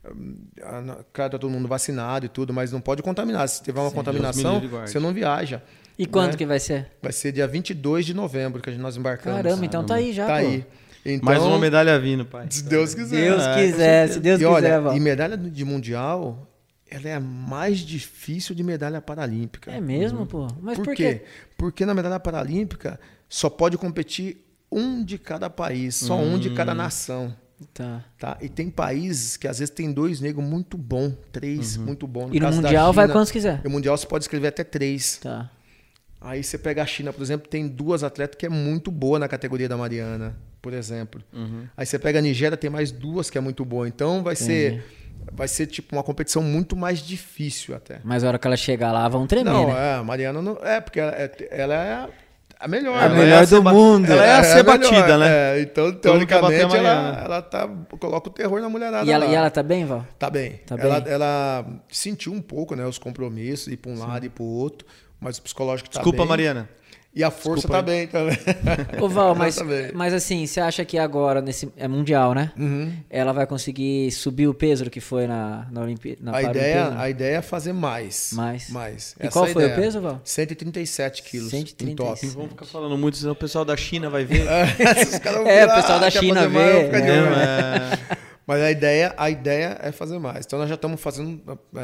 claro, tá todo mundo vacinado e tudo, mas não pode contaminar. Se tiver uma Deus me contaminação, livre e guarde. você não viaja. E quando né? que vai ser? Vai ser dia 22 de novembro que nós embarcamos. Caramba, então tá aí já, Tá pô. aí. Então, Mais uma medalha vindo, pai. se Deus quiser. Deus É, quiser, se Deus e quiser, olha, Val. e medalha de mundial, ela é a mais difícil de medalha paralímpica. É mesmo, pô? Mas por quê? quê? Porque na medalha paralímpica só pode competir um de cada país, só um de cada nação. Tá. Tá? E tem países que às vezes tem 2 negros muito bom, 3 muito bom. E no caso da Mundial vai China, quantos quiser? No Mundial você pode escrever até 3. Tá. Aí você pega a China, por exemplo, tem 2 atletas que é muito boa na categoria da Mariana, por exemplo. Aí você pega a Nigéria, tem mais 2 que é muito boa. Então vai ser tipo uma competição muito mais difícil até. Mas a hora que ela chegar lá, vão tremer, Não, né? a Mariana não porque ela é a melhor. A Ela melhor é a do mundo. Ela é a ser melhor, batida, né? Então, Todo mundo quer bater a teoricamente, Mariana. ela coloca o terror na mulherada E ela, lá. e ela tá bem, Val? Tá bem. Tá ela, bem. ela sentiu um pouco, né, os compromissos, ir para um lado e para o outro, mas o psicológico tá Desculpa, bem. Mariana. E a força Desculpa tá aí. bem também. Ô, Val, mas, Ela tá bem. mas assim, você acha que agora, é mundial, né? Ela vai conseguir subir o peso do que foi na Olimpíada? A ideia é fazer mais. Mais. Mais. E Essa qual é a foi o ideia. peso, Val? 137 quilos 137. em top. Não vamos ficar falando muito, senão o pessoal da China vai ver. Os caras vão É, o virar, pessoal da quer China fazer mais, vê, vamos ficar de né? olho. Mas a ideia é fazer mais. Então nós já estamos fazendo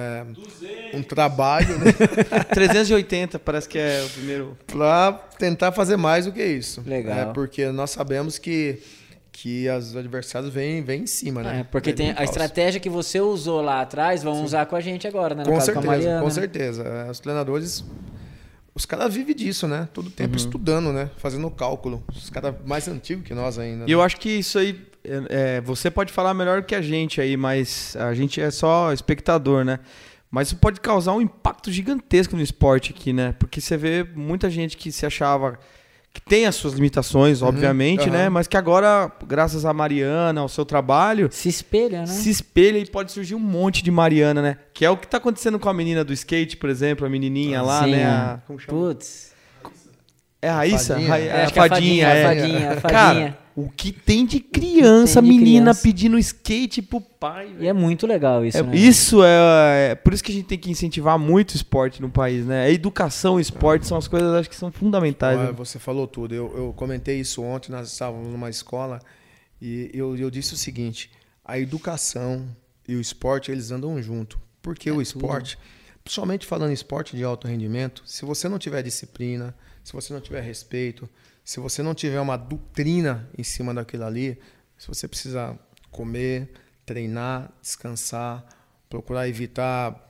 um trabalho, né, 380 parece que é o primeiro. para tentar fazer mais do que isso. Legal. Porque nós sabemos que os adversários vêm em cima, né? É, porque Vem tem bem a falso. estratégia que você usou lá atrás, vão usar com a gente agora, né? No Com caso, certeza, com a Mariana. com né? certeza. Os treinadores Os caras vivem disso, né? Todo tempo estudando, né? Fazendo cálculo. Os caras mais antigos que nós ainda. E eu acho que isso aí, você pode falar melhor que a gente aí, mas a gente é só espectador, né? Mas isso pode causar um impacto gigantesco no esporte aqui, né? Porque você vê muita gente que se achava que tem as suas limitações, obviamente, né? Mas que agora, graças a Mariana, ao seu trabalho, Se espelha, né? se espelha e pode surgir um monte de Mariana, né? Que é o que tá acontecendo com a menina do skate, por exemplo, a menininha lá, Sim, né? é. Como chama? Putz. É a Raíssa? Fadinha. É Acho que é a Fadinha, é. a Fadinha, a Fadinha. Cara, o que tem de criança, Tem de menina criança. pedindo skate pro pai, E velho. é muito legal isso, né? Isso por isso que a gente tem que incentivar muito o esporte no país, né? A educação e o esporte são as coisas, acho que são fundamentais. Olha, né? você falou tudo. Eu comentei isso ontem, nós estávamos numa escola e eu disse o seguinte: a educação e o esporte, eles andam junto. Porque o esporte, principalmente falando em esporte de alto rendimento, se você não tiver disciplina, se você não tiver respeito, se você não tiver uma doutrina em cima daquilo ali, se você precisa comer, treinar, descansar, procurar evitar...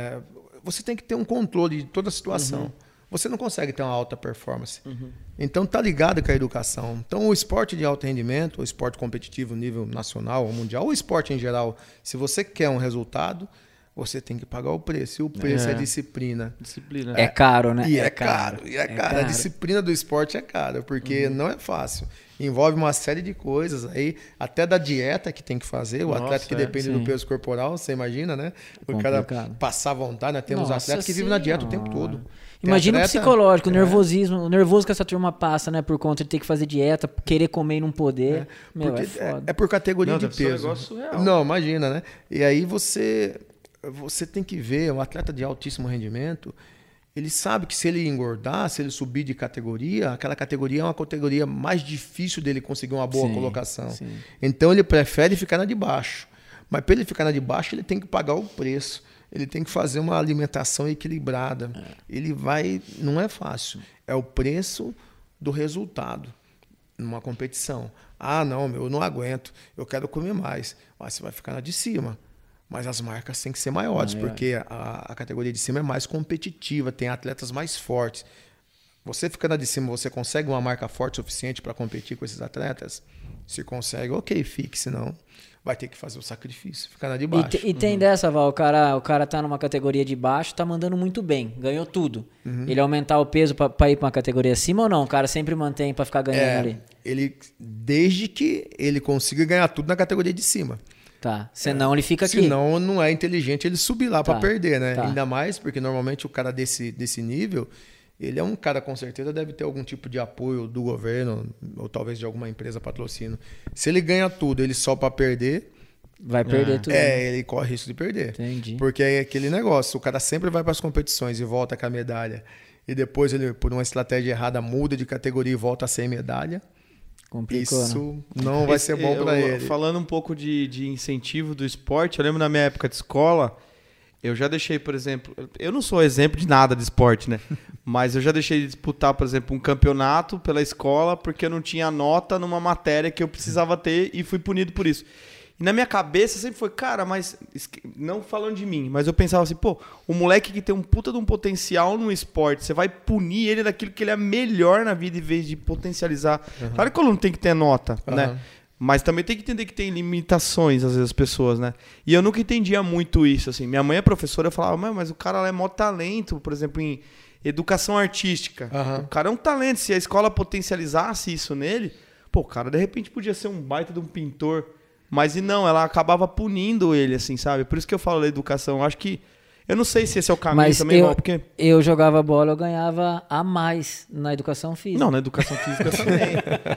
você tem que ter um controle de toda a situação. Você não consegue ter uma alta performance. Então tá ligado com a educação. Então o esporte de alto rendimento, o esporte competitivo nível nacional ou mundial, o esporte em geral, se você quer um resultado, você tem que pagar o preço. E o preço é disciplina. Disciplina. É caro, né? E é caro. A disciplina do esporte é cara, porque não é fácil. Envolve uma série de coisas aí, até da dieta que tem que fazer. O atleta que depende do peso corporal, você imagina, né? O cara passar vontade, né? Temos atletas que vivem na dieta o tempo todo. Imagina o psicológico, o nervosismo, o nervoso que essa turma passa, né? Por conta de ter que fazer dieta, querer comer e não poder. Meu, é foda. É por categoria de deve ser um peso. negócio surreal. Não, imagina, né? E aí você tem que ver, um atleta de altíssimo rendimento, ele sabe que se ele engordar, se ele subir de categoria, aquela categoria é uma categoria mais difícil dele conseguir uma boa colocação. Sim. Então ele prefere ficar na de baixo. Mas para ele ficar na de baixo, ele tem que pagar o preço. Ele tem que fazer uma alimentação equilibrada. Ele vai... Não é fácil. É o preço do resultado numa competição. Ah, não, eu não aguento. Eu quero comer mais. Mas você vai ficar na de cima. Mas as marcas têm que ser maiores, porque a categoria de cima é mais competitiva, tem atletas mais fortes. Você ficando de cima, você consegue uma marca forte o suficiente para competir com esses atletas? Se consegue, ok, fique, senão vai ter que fazer o sacrifício, ficar na de baixo. E tem dessa, Val, o cara tá numa categoria de baixo, tá mandando muito bem, ganhou tudo. Ele aumentar o peso pra ir pra uma categoria acima ou não? O cara sempre mantém pra ficar ganhando ali? Desde que ele consiga ganhar tudo na categoria de cima. Tá, senão ele fica aqui. Senão não é inteligente ele subir lá para perder, né? Tá. Ainda mais porque normalmente o cara desse nível, ele é um cara com certeza deve ter algum tipo de apoio do governo ou talvez de alguma empresa patrocínio. Se ele ganha tudo, ele só para perder, Vai perder tudo. ele corre risco de perder. Entendi. Porque é aquele negócio, o cara sempre vai para as competições e volta com a medalha. E depois ele, por uma estratégia errada, muda de categoria e volta sem medalha. Complicou, Isso né? não vai ser bom para ele. Falando um pouco de incentivo do esporte, eu lembro na minha época de escola, eu já deixei, por exemplo... Eu não sou exemplo de nada de esporte, né? Mas eu já deixei de disputar, por exemplo, um campeonato pela escola porque eu não tinha nota numa matéria que eu precisava ter e fui punido por isso. E na minha cabeça sempre foi, cara, mas... Não falando de mim, mas eu pensava assim, pô, o moleque que tem um puta de um potencial no esporte, você vai punir ele daquilo que ele é melhor na vida em vez de potencializar. Claro que o aluno tem que ter nota, né? Mas também tem que entender que tem limitações, às vezes, as pessoas, né? E eu nunca entendia muito isso, assim. Minha mãe é professora, eu falava, mas o cara lá é mó talento, por exemplo, em educação artística. O cara é um talento. Se a escola potencializasse isso nele, pô, o cara, de repente, podia ser um baita de um pintor. Mas e não, ela acabava punindo ele, assim, sabe? Por isso que eu falo da educação. Eu acho que... Eu não sei se esse é o caminho Mas também, porque... eu jogava bola, eu ganhava a mais na educação física. Não, na educação física também.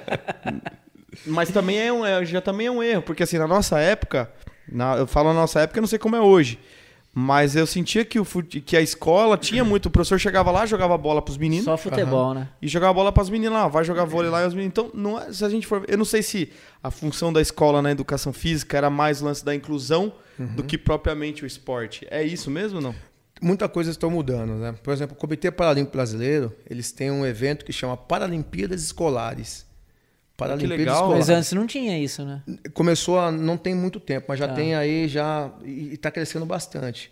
Mas também já também é um erro, porque assim, na nossa época, eu falo na nossa época, eu não sei como é hoje, mas eu sentia que a escola tinha muito, o professor chegava lá, jogava bola pros meninos. Só futebol, né? E jogava bola pras meninas lá, vai jogar vôlei lá e os meninos. Então, não é, se a gente for, eu não sei se a função da escola na educação física era mais o lance da inclusão do que propriamente o esporte. É isso mesmo ou não? Muita coisa está mudando, né? Por exemplo, o Comitê Paralímpico Brasileiro, eles têm um evento que chama Paralimpíadas Escolares. Paralimpíadas legal. Escolares. Mas antes não tinha isso, né? Começou não tem muito tempo, mas já tem aí e está crescendo bastante.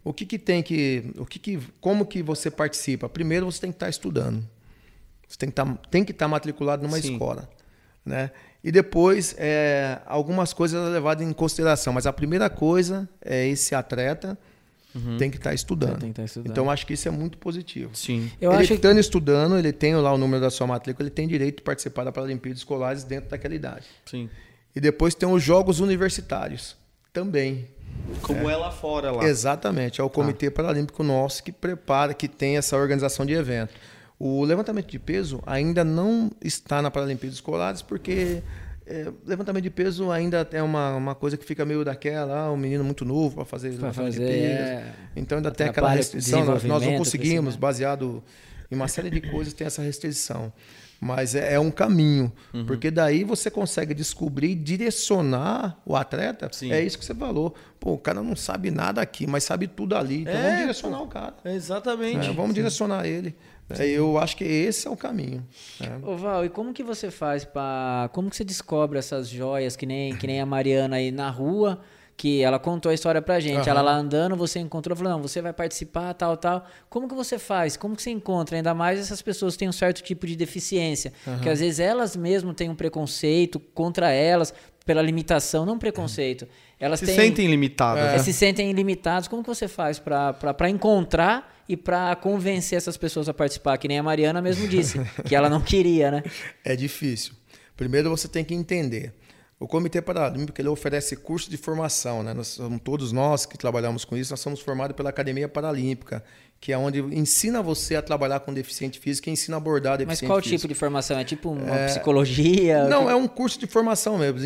Como que você participa? Primeiro você tem que estar estudando. Você tem que estar matriculado numa escola, né? E depois, algumas coisas levadas em consideração. Mas a primeira coisa é esse atleta tem que estar estudando. Tem que estar estudando. Então, acho que isso é muito positivo. Sim. Estando estudando, ele tem lá o número da sua matrícula, ele tem direito de participar da Paralimpíadas Escolares dentro daquela idade. Sim. E depois tem os Jogos Universitários também. Como é lá fora, lá. Exatamente. É o Comitê Paralímpico nosso que prepara, que tem essa organização de evento. O levantamento de peso ainda não está na Paralimpíadas Escolares porque levantamento de peso ainda é uma coisa que fica meio daquela, um menino muito novo para fazer levantamento de peso. Então ainda tem aquela restrição. Nós não conseguimos, baseado em uma série de coisas, tem essa restrição. Mas é um caminho, porque daí você consegue descobrir e direcionar o atleta. Sim. É isso que você falou. Pô, o cara não sabe nada aqui, mas sabe tudo ali. Então vamos direcionar o cara. Exatamente. Vamos direcionar ele. Eu acho que esse é o caminho. Ô Val, e como que você faz como que você descobre essas joias que nem a Mariana aí na rua, que ela contou a história pra gente, ela lá andando, você encontrou, falou, não, você vai participar, tal. Como que você faz? Como que você encontra? Ainda mais essas pessoas que têm um certo tipo de deficiência, que às vezes elas mesmas têm um preconceito contra elas, pela limitação, não preconceito. Elas sentem limitadas. Se sentem limitadas. Como que você faz para encontrar e para convencer essas pessoas a participar? Que nem a Mariana mesmo disse, que ela não queria, né? É difícil. Primeiro você tem que entender. O Comitê Paralímpico ele oferece curso de formação, né? Todos nós que trabalhamos com isso, nós somos formados pela Academia Paralímpica, que é onde ensina você a trabalhar com deficiente físico e ensina a abordar deficiente físico. Mas qual tipo de formação? É tipo uma psicologia? Não, é um curso de formação mesmo.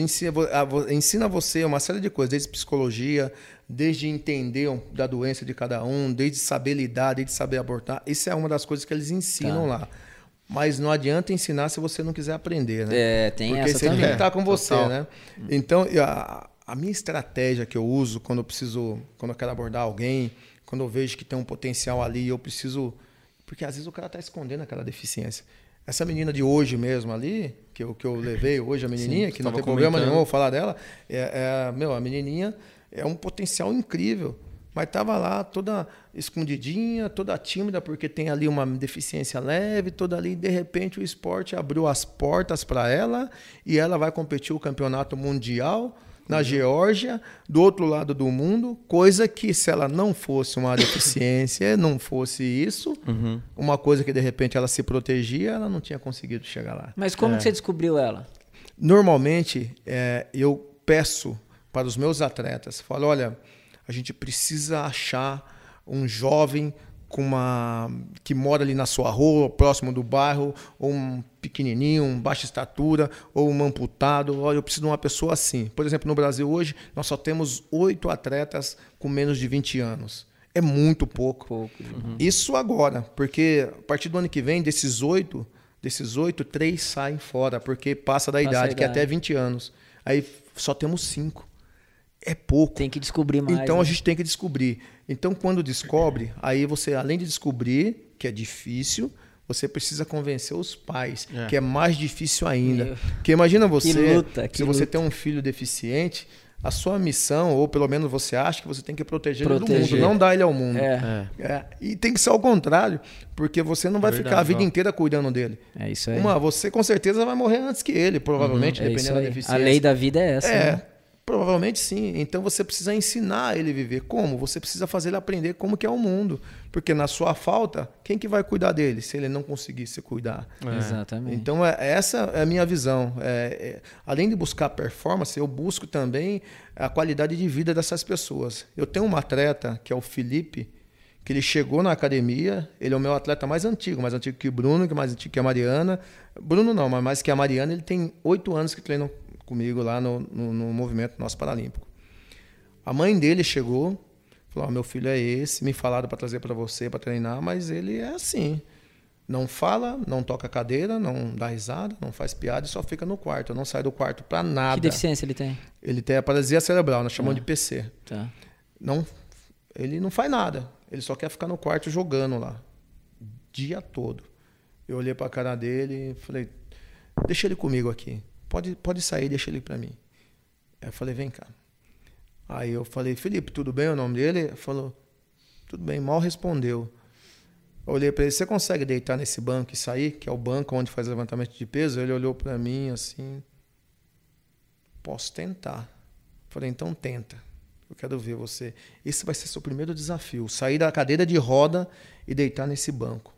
Ensina você uma série de coisas, desde psicologia, desde entender da doença de cada um, desde saber lidar, desde saber abordar. Isso é uma das coisas que eles ensinam lá. Mas não adianta ensinar se você não quiser aprender, né? Tem porque essa você também. tem que estar com você, né? Então, a minha estratégia que eu uso quando eu quero abordar alguém, quando eu vejo que tem um potencial ali, eu preciso... Porque às vezes o cara está escondendo aquela deficiência. Essa menina de hoje mesmo ali, que eu levei hoje, a menininha, que não tem problema nenhum eu falar dela, a menininha é um potencial incrível. Mas estava lá toda escondidinha, toda tímida, porque tem ali uma deficiência leve, toda ali. De repente o esporte abriu as portas para ela e ela vai competir o campeonato mundial na Geórgia, do outro lado do mundo, coisa que se ela não fosse uma deficiência, não fosse isso, uma coisa que de repente ela se protegia, ela não tinha conseguido chegar lá. Mas como que você descobriu ela? Normalmente, eu peço para os meus atletas, falo, olha... A gente precisa achar um jovem que mora ali na sua rua, próximo do bairro, ou um pequenininho, um baixa estatura, ou um amputado. Olha, eu preciso de uma pessoa assim. Por exemplo, no Brasil hoje, nós só temos 8 atletas com menos de 20 anos. É muito pouco. Isso agora, porque a partir do ano que vem, desses 8, 3 saem fora, porque passa da idade, que é até 20 anos. Aí só temos 5. É pouco. Tem que descobrir mais. Então a gente tem que descobrir. Então quando descobre, aí você, além de descobrir, que é difícil, você precisa convencer os pais, que é mais difícil ainda. Porque imagina você, se você tem um filho deficiente, a sua missão, ou pelo menos você acha que você tem que proteger ele do mundo, não dar ele ao mundo. E tem que ser ao contrário, porque você não vai ficar a vida inteira cuidando dele. É isso aí. Você com certeza vai morrer antes que ele, provavelmente, dependendo da deficiência. A lei da vida é essa, né? Provavelmente sim. Então você precisa ensinar ele a viver. Como? Você precisa fazer ele aprender como que é o mundo. Porque na sua falta, quem que vai cuidar dele se ele não conseguir se cuidar? Exatamente. Então essa é a minha visão. Além de buscar performance, eu busco também a qualidade de vida dessas pessoas. Eu tenho um atleta, que é o Felipe, que ele chegou na academia, ele é o meu atleta mais antigo que o Bruno, mais antigo que a Mariana. Bruno não, mas mais que a Mariana, ele tem 8 anos que treina comigo lá no movimento nosso paralímpico. A mãe dele chegou, falou, meu filho é esse, me falaram para trazer para você, para treinar, mas ele é assim, não fala, não toca cadeira, não dá risada, não faz piada e só fica no quarto, não sai do quarto para nada. Que deficiência ele tem? Ele tem a paralisia cerebral, nós chamamos de PC. Tá. Ele não faz nada, ele só quer ficar no quarto jogando lá, o dia todo. Eu olhei para a cara dele e falei, deixa ele comigo aqui. Pode sair, deixa ele para mim. Aí eu falei, vem cá. Aí eu falei, Felipe, tudo bem? O nome dele? Ele falou, Tudo bem, mal respondeu. Eu olhei para ele, você consegue deitar nesse banco e sair? Que é o banco onde faz levantamento de peso. Ele olhou para mim assim, posso tentar. Falei, então tenta. Eu quero ver você. Esse vai ser seu primeiro desafio. Sair da cadeira de roda e deitar nesse banco.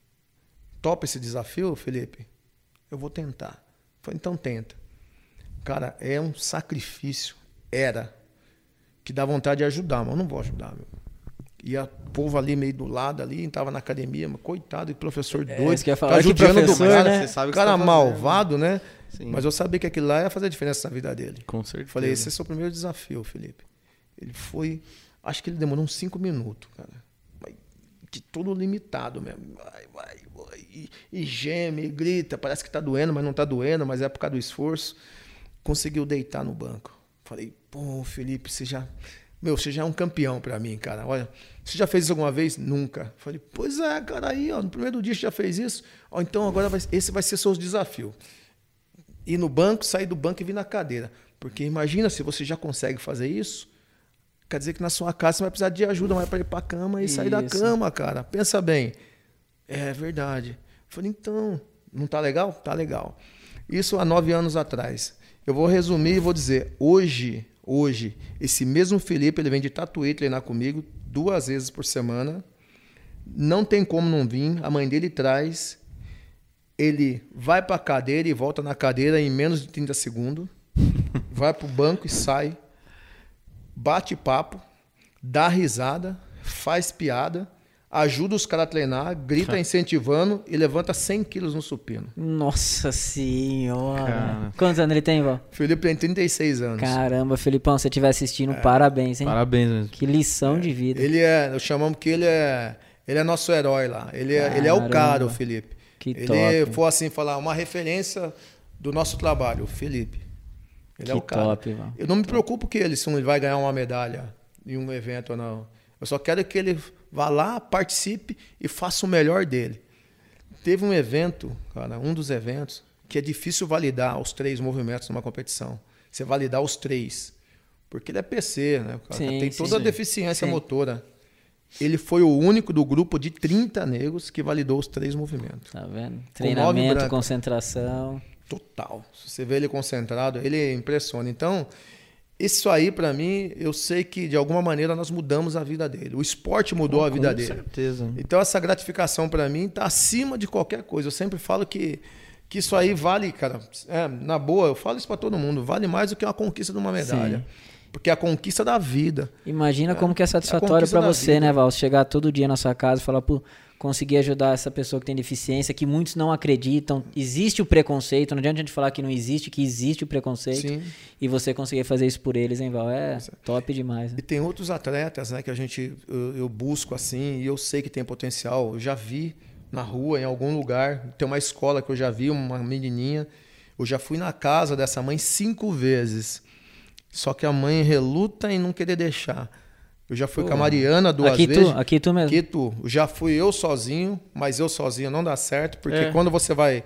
Topa esse desafio, Felipe? Eu vou tentar. Falei, então tenta. Cara, é um sacrifício. Era. Que dá vontade de ajudar, mas eu não vou ajudar, meu. E o povo ali meio do lado ali, estava na academia, mas coitado, que professor doido. Isso que eu ia falar, tá que judiando do professor, cara, né? Você sabe o que cara você tá malvado, né? Sim. Mas eu sabia que aquilo lá ia fazer a diferença na vida dele. Com certeza. Falei, esse é o seu primeiro desafio, Felipe. Ele foi, acho que ele demorou uns 5 minutos, cara. Mas de todo limitado mesmo. Vai. E geme, e grita, parece que tá doendo, mas não tá doendo, mas é por causa do esforço. Conseguiu deitar no banco. Falei, pô, Felipe, você já é um campeão pra mim, cara. Olha, você já fez isso alguma vez? Nunca. Falei, pois é, cara, aí, ó, no primeiro dia você já fez isso. Ó, então agora esse vai ser seu desafio. Ir no banco, sair do banco e vir na cadeira. Porque imagina se você já consegue fazer isso, quer dizer que na sua casa você vai precisar de ajuda mais para ir para a cama e sair da cama, cara. Pensa bem. É verdade. Falei, então, não tá legal? Tá legal. Isso há 9 anos atrás. Eu vou resumir e vou dizer, hoje, esse mesmo Felipe, ele vem de Tatuí treinar comigo 2 vezes por semana. Não tem como não vir. A mãe dele traz. Ele vai para a cadeira e volta na cadeira em menos de 30 segundos. Vai para o banco e sai. Bate papo. Dá risada. Faz piada. Ajuda os caras a treinar. Grita incentivando e levanta 100 quilos no supino. Nossa senhora. Cara. Quantos anos ele tem, Val? Felipe tem 36 anos. Caramba, Felipão, se você estiver assistindo, parabéns, hein? Parabéns mesmo. Que lição de vida. Nós chamamos que ele é nosso herói lá. Ele é o cara, o Felipe. Que ele top. foi assim falar, uma referência do nosso trabalho, o Felipe. Ele é Que o cara. top, Val. Eu não me preocupo se ele vai ganhar uma medalha em um evento ou não. Eu só quero que ele vá lá, participe e faça o melhor dele. Teve um evento, cara, um dos eventos, que é difícil validar os 3 movimentos numa competição. Você validar os 3. Porque ele é PC, né? O cara tem toda a deficiência motora. Ele foi o único do grupo de 30 negros que validou os 3 movimentos. Tá vendo? 9 Treinamento, branco. concentração. Total. Se você vê ele concentrado, ele impressiona. Então, isso aí, pra mim, eu sei que de alguma maneira nós mudamos a vida dele. O esporte mudou a vida dele. Com certeza. Então, essa gratificação pra mim tá acima de qualquer coisa. Eu sempre falo que isso aí vale, cara, na boa, eu falo isso pra todo mundo, vale mais do que uma conquista de uma medalha. Sim. Porque é a conquista da vida. Imagina como que é a satisfatório conquista pra da você, vida. né, Val? Chegar todo dia na sua casa e falar, pô, consegui ajudar essa pessoa que tem deficiência, que muitos não acreditam. Existe o preconceito, não adianta a gente falar que não existe, que existe o preconceito. Sim. E você conseguir fazer isso por eles, hein, Val? É top demais. Né? E tem outros atletas, né, que eu busco assim, e eu sei que tem potencial. Eu já vi na rua, em algum lugar, tem uma escola que eu já vi, uma menininha. Eu já fui na casa dessa mãe 5 vezes. Só que a mãe reluta em não querer deixar. Eu já fui com a Mariana 2 vezes. Aqui tu mesmo? Aqui tu. Já fui eu sozinho, mas eu sozinho não dá certo, porque quando você vai...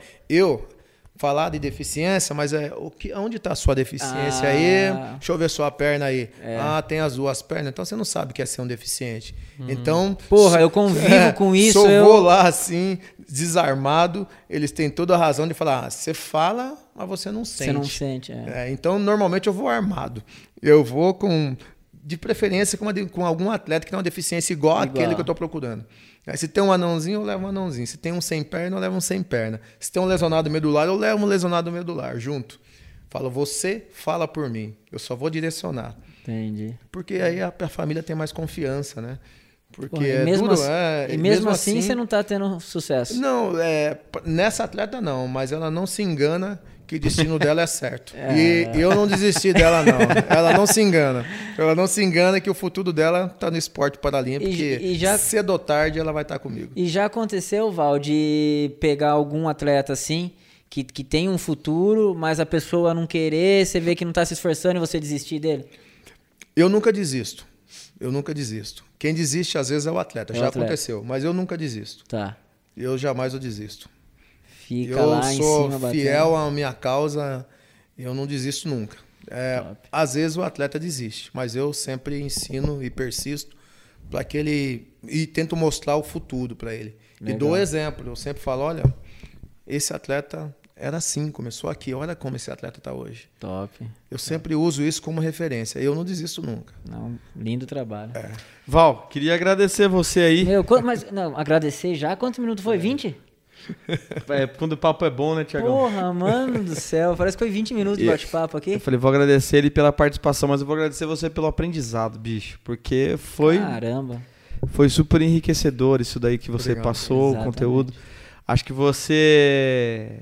falar de deficiência, mas onde está a sua deficiência aí? Deixa eu ver sua perna aí. Tem as 2 pernas. Então você não sabe o que é ser um deficiente. Então... Porra, eu convivo com isso. Vou lá assim, desarmado, eles têm toda a razão de falar, você fala, mas você não sente. Você não sente, então, normalmente eu vou armado. Eu vou de preferência com algum atleta que tem uma deficiência igual àquele que eu estou procurando. Se tem um anãozinho, eu levo um anãozinho. Se tem um sem perna, eu levo um sem perna. Se tem um lesionado medular, eu levo um lesionado medular junto. Falo, você fala por mim. Eu só vou direcionar. Entendi. Porque aí a família tem mais confiança, né? Porque Porra, é mesmo duro. E mesmo assim você não está tendo sucesso. Não, nessa atleta não, mas ela não se engana que o destino dela é certo. E eu não desisti dela, não. Ela não se engana. Ela não se engana que o futuro dela está no esporte paralímpico, porque cedo ou tarde ela vai estar comigo. E já aconteceu, Val, de pegar algum atleta assim, que tem um futuro, mas a pessoa não querer, você vê que não está se esforçando e você desistir dele? Eu nunca desisto. Quem desiste, às vezes, é o atleta. Aconteceu, mas eu nunca desisto. Tá. Eu jamais desisto. Fica lá em cima, eu sou fiel à minha causa, eu não desisto nunca. Às vezes o atleta desiste, mas eu sempre ensino e persisto para que ele... E tento mostrar o futuro para ele. Legal. E dou exemplo. Eu sempre falo, olha, esse atleta era assim, começou aqui. Olha como esse atleta está hoje. Top. Eu sempre uso isso como referência. Eu não desisto nunca. Não, lindo trabalho. Val, queria agradecer você aí. Mas, não, agradecer já? Quantos minutos foi? 20? Quando o papo é bom, né, Thiagão? Porra, mano do céu. Parece que foi 20 minutos de bate-papo aqui. Eu falei, vou agradecer ele pela participação, mas eu vou agradecer você pelo aprendizado, bicho. Porque Caramba. foi super enriquecedor isso daí que você Obrigado. passou, Exatamente. o conteúdo. Acho que você,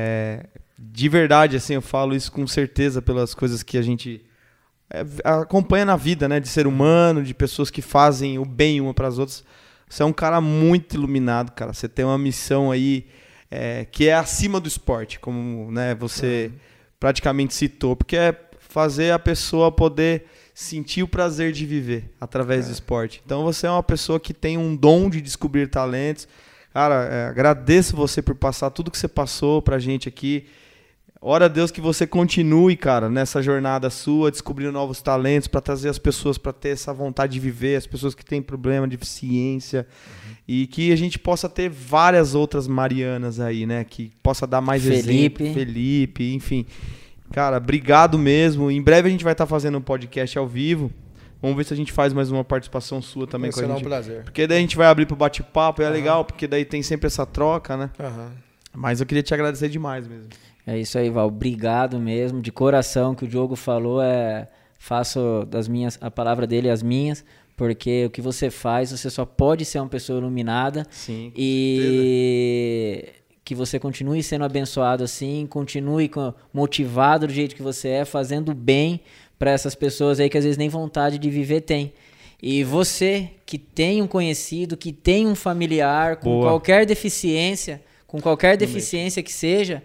de verdade, assim, eu falo isso com certeza pelas coisas que a gente acompanha na vida, né? De ser humano, de pessoas que fazem o bem uma para as outras. Você é um cara muito iluminado, cara. Você tem uma missão aí que é acima do esporte, como, né, você praticamente citou. Porque é fazer a pessoa poder sentir o prazer de viver através do esporte. Então você é uma pessoa que tem um dom de descobrir talentos. Cara, agradeço você por passar tudo que você passou pra gente aqui. Ora a Deus que você continue, cara, nessa jornada sua, descobrindo novos talentos para trazer as pessoas para ter essa vontade de viver, as pessoas que têm problema, deficiência, e que a gente possa ter várias outras Marianas aí, né? Que possa dar mais exemplo. Felipe, enfim. Cara, obrigado mesmo. Em breve a gente vai estar fazendo um podcast ao vivo. Vamos ver se a gente faz mais uma participação sua também com a gente. Será um prazer. Porque daí a gente vai abrir pro bate-papo, é legal, porque daí tem sempre essa troca, né? Mas eu queria te agradecer demais mesmo. É isso aí, Val. Obrigado mesmo, de coração, que o Diogo falou. Faço a palavra dele as minhas, porque o que você faz, você só pode ser uma pessoa iluminada. Sim, com E que você continue sendo abençoado assim, continue motivado do jeito que você fazendo bem para essas pessoas aí que às vezes nem vontade de viver tem. E você que tem um conhecido, que tem um familiar com qualquer deficiência, que seja,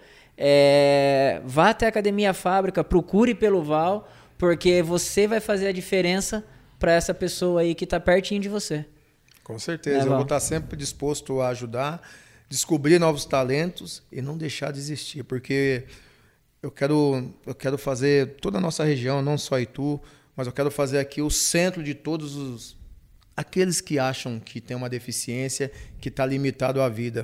vá até a Academia Fábrica, procure pelo Val, porque você vai fazer a diferença para essa pessoa aí que está pertinho de você. Com certeza, eu vou estar sempre disposto a ajudar, descobrir novos talentos e não deixar de existir, porque eu quero fazer toda a nossa região, não só Itu, mas eu quero fazer aqui o centro de todos aqueles que acham que tem uma deficiência, que está limitado à vida.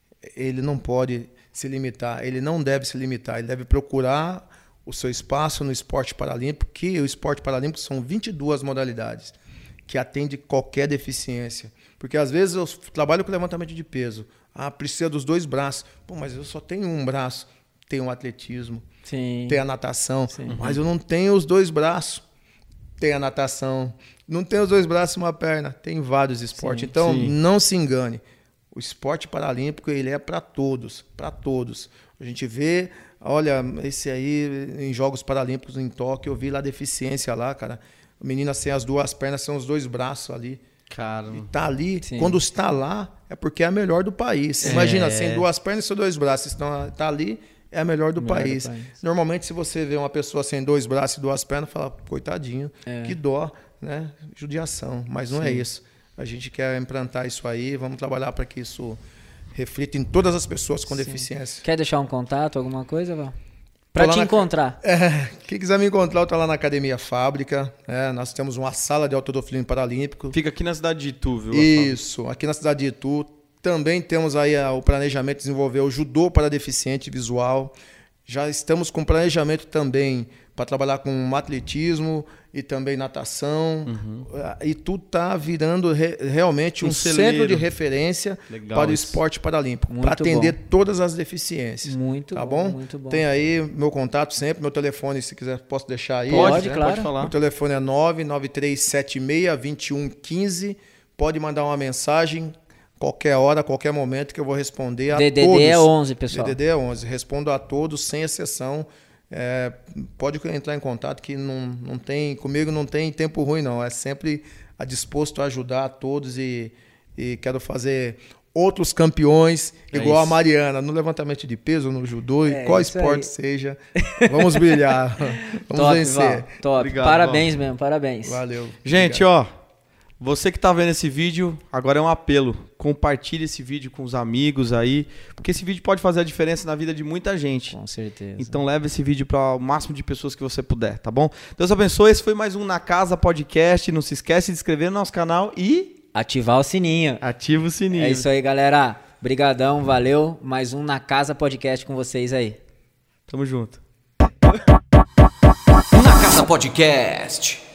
Ele não pode se limitar, ele não deve se limitar, ele deve procurar o seu espaço no esporte paralímpico, que o esporte paralímpico são 22 modalidades, que atende qualquer deficiência. Porque às vezes eu trabalho com levantamento de peso, precisa dos 2 braços. Pô, mas eu só tenho um braço. Tem o atletismo, tem a natação, mas eu não tenho os 2 braços. Tem a natação, não tem os 2 braços e uma perna, tem vários esportes. Então, não se engane. O esporte paralímpico, ele é para todos, para todos. A gente vê, olha, esse aí, em Jogos Paralímpicos em Tóquio, eu vi lá a deficiência lá, cara. A menina sem as 2 pernas, são os 2 braços ali. Cara, e tá ali, quando está lá, é porque é a melhor do país. Imagina, sem 2 pernas e seus 2 braços, então tá ali, é a melhor do país. Normalmente, se você vê uma pessoa sem 2 braços e 2 pernas, fala, coitadinho, que dó, né? Judiação. Mas não é isso. A gente quer implantar isso aí, vamos trabalhar para que isso reflita em todas as pessoas com deficiência. Quer deixar um contato, alguma coisa, Val? Para te encontrar. Quem quiser me encontrar, eu estou lá na Academia Fábrica. Nós temos uma sala de halterofilismo paralímpico. Fica aqui na cidade de Itu, viu? Isso, aqui na cidade de Itu. Também temos aí o planejamento de desenvolver o judô para deficiente visual. Já estamos com planejamento também para trabalhar com atletismo e também natação. E tudo está virando realmente um centro de referência para o esporte paralímpico, para atender todas as deficiências. Muito tá bom, muito bom. Tem aí meu contato sempre, meu telefone, se quiser, posso deixar aí. Pode, claro. Pode falar. Meu telefone é 993762115. Pode mandar uma mensagem qualquer hora, qualquer momento que eu vou responder a todos. DDD é 11, pessoal. DDD é 11. Respondo a todos, sem exceção. Pode entrar em contato que não tem, comigo não tem tempo ruim, não. É sempre disposto a ajudar a todos e quero fazer outros campeões, igual a Mariana, no levantamento de peso, no judô, e qual esporte seja. Vamos brilhar. Vamos vencer. Val, top. Obrigado, parabéns, Val. Mesmo, parabéns. Valeu. Gente, obrigado. Você que tá vendo esse vídeo, agora é um apelo. Compartilhe esse vídeo com os amigos aí, porque esse vídeo pode fazer a diferença na vida de muita gente. Com certeza. Então leve esse vídeo para o máximo de pessoas que você puder, tá bom? Deus abençoe. Esse foi mais um Na Casa Podcast. Não se esquece de se inscrever no nosso canal e ativar o sininho. ativa o sininho. É isso aí, galera. Brigadão, valeu. Mais um Na Casa Podcast com vocês aí. Tamo junto. Na Casa Podcast.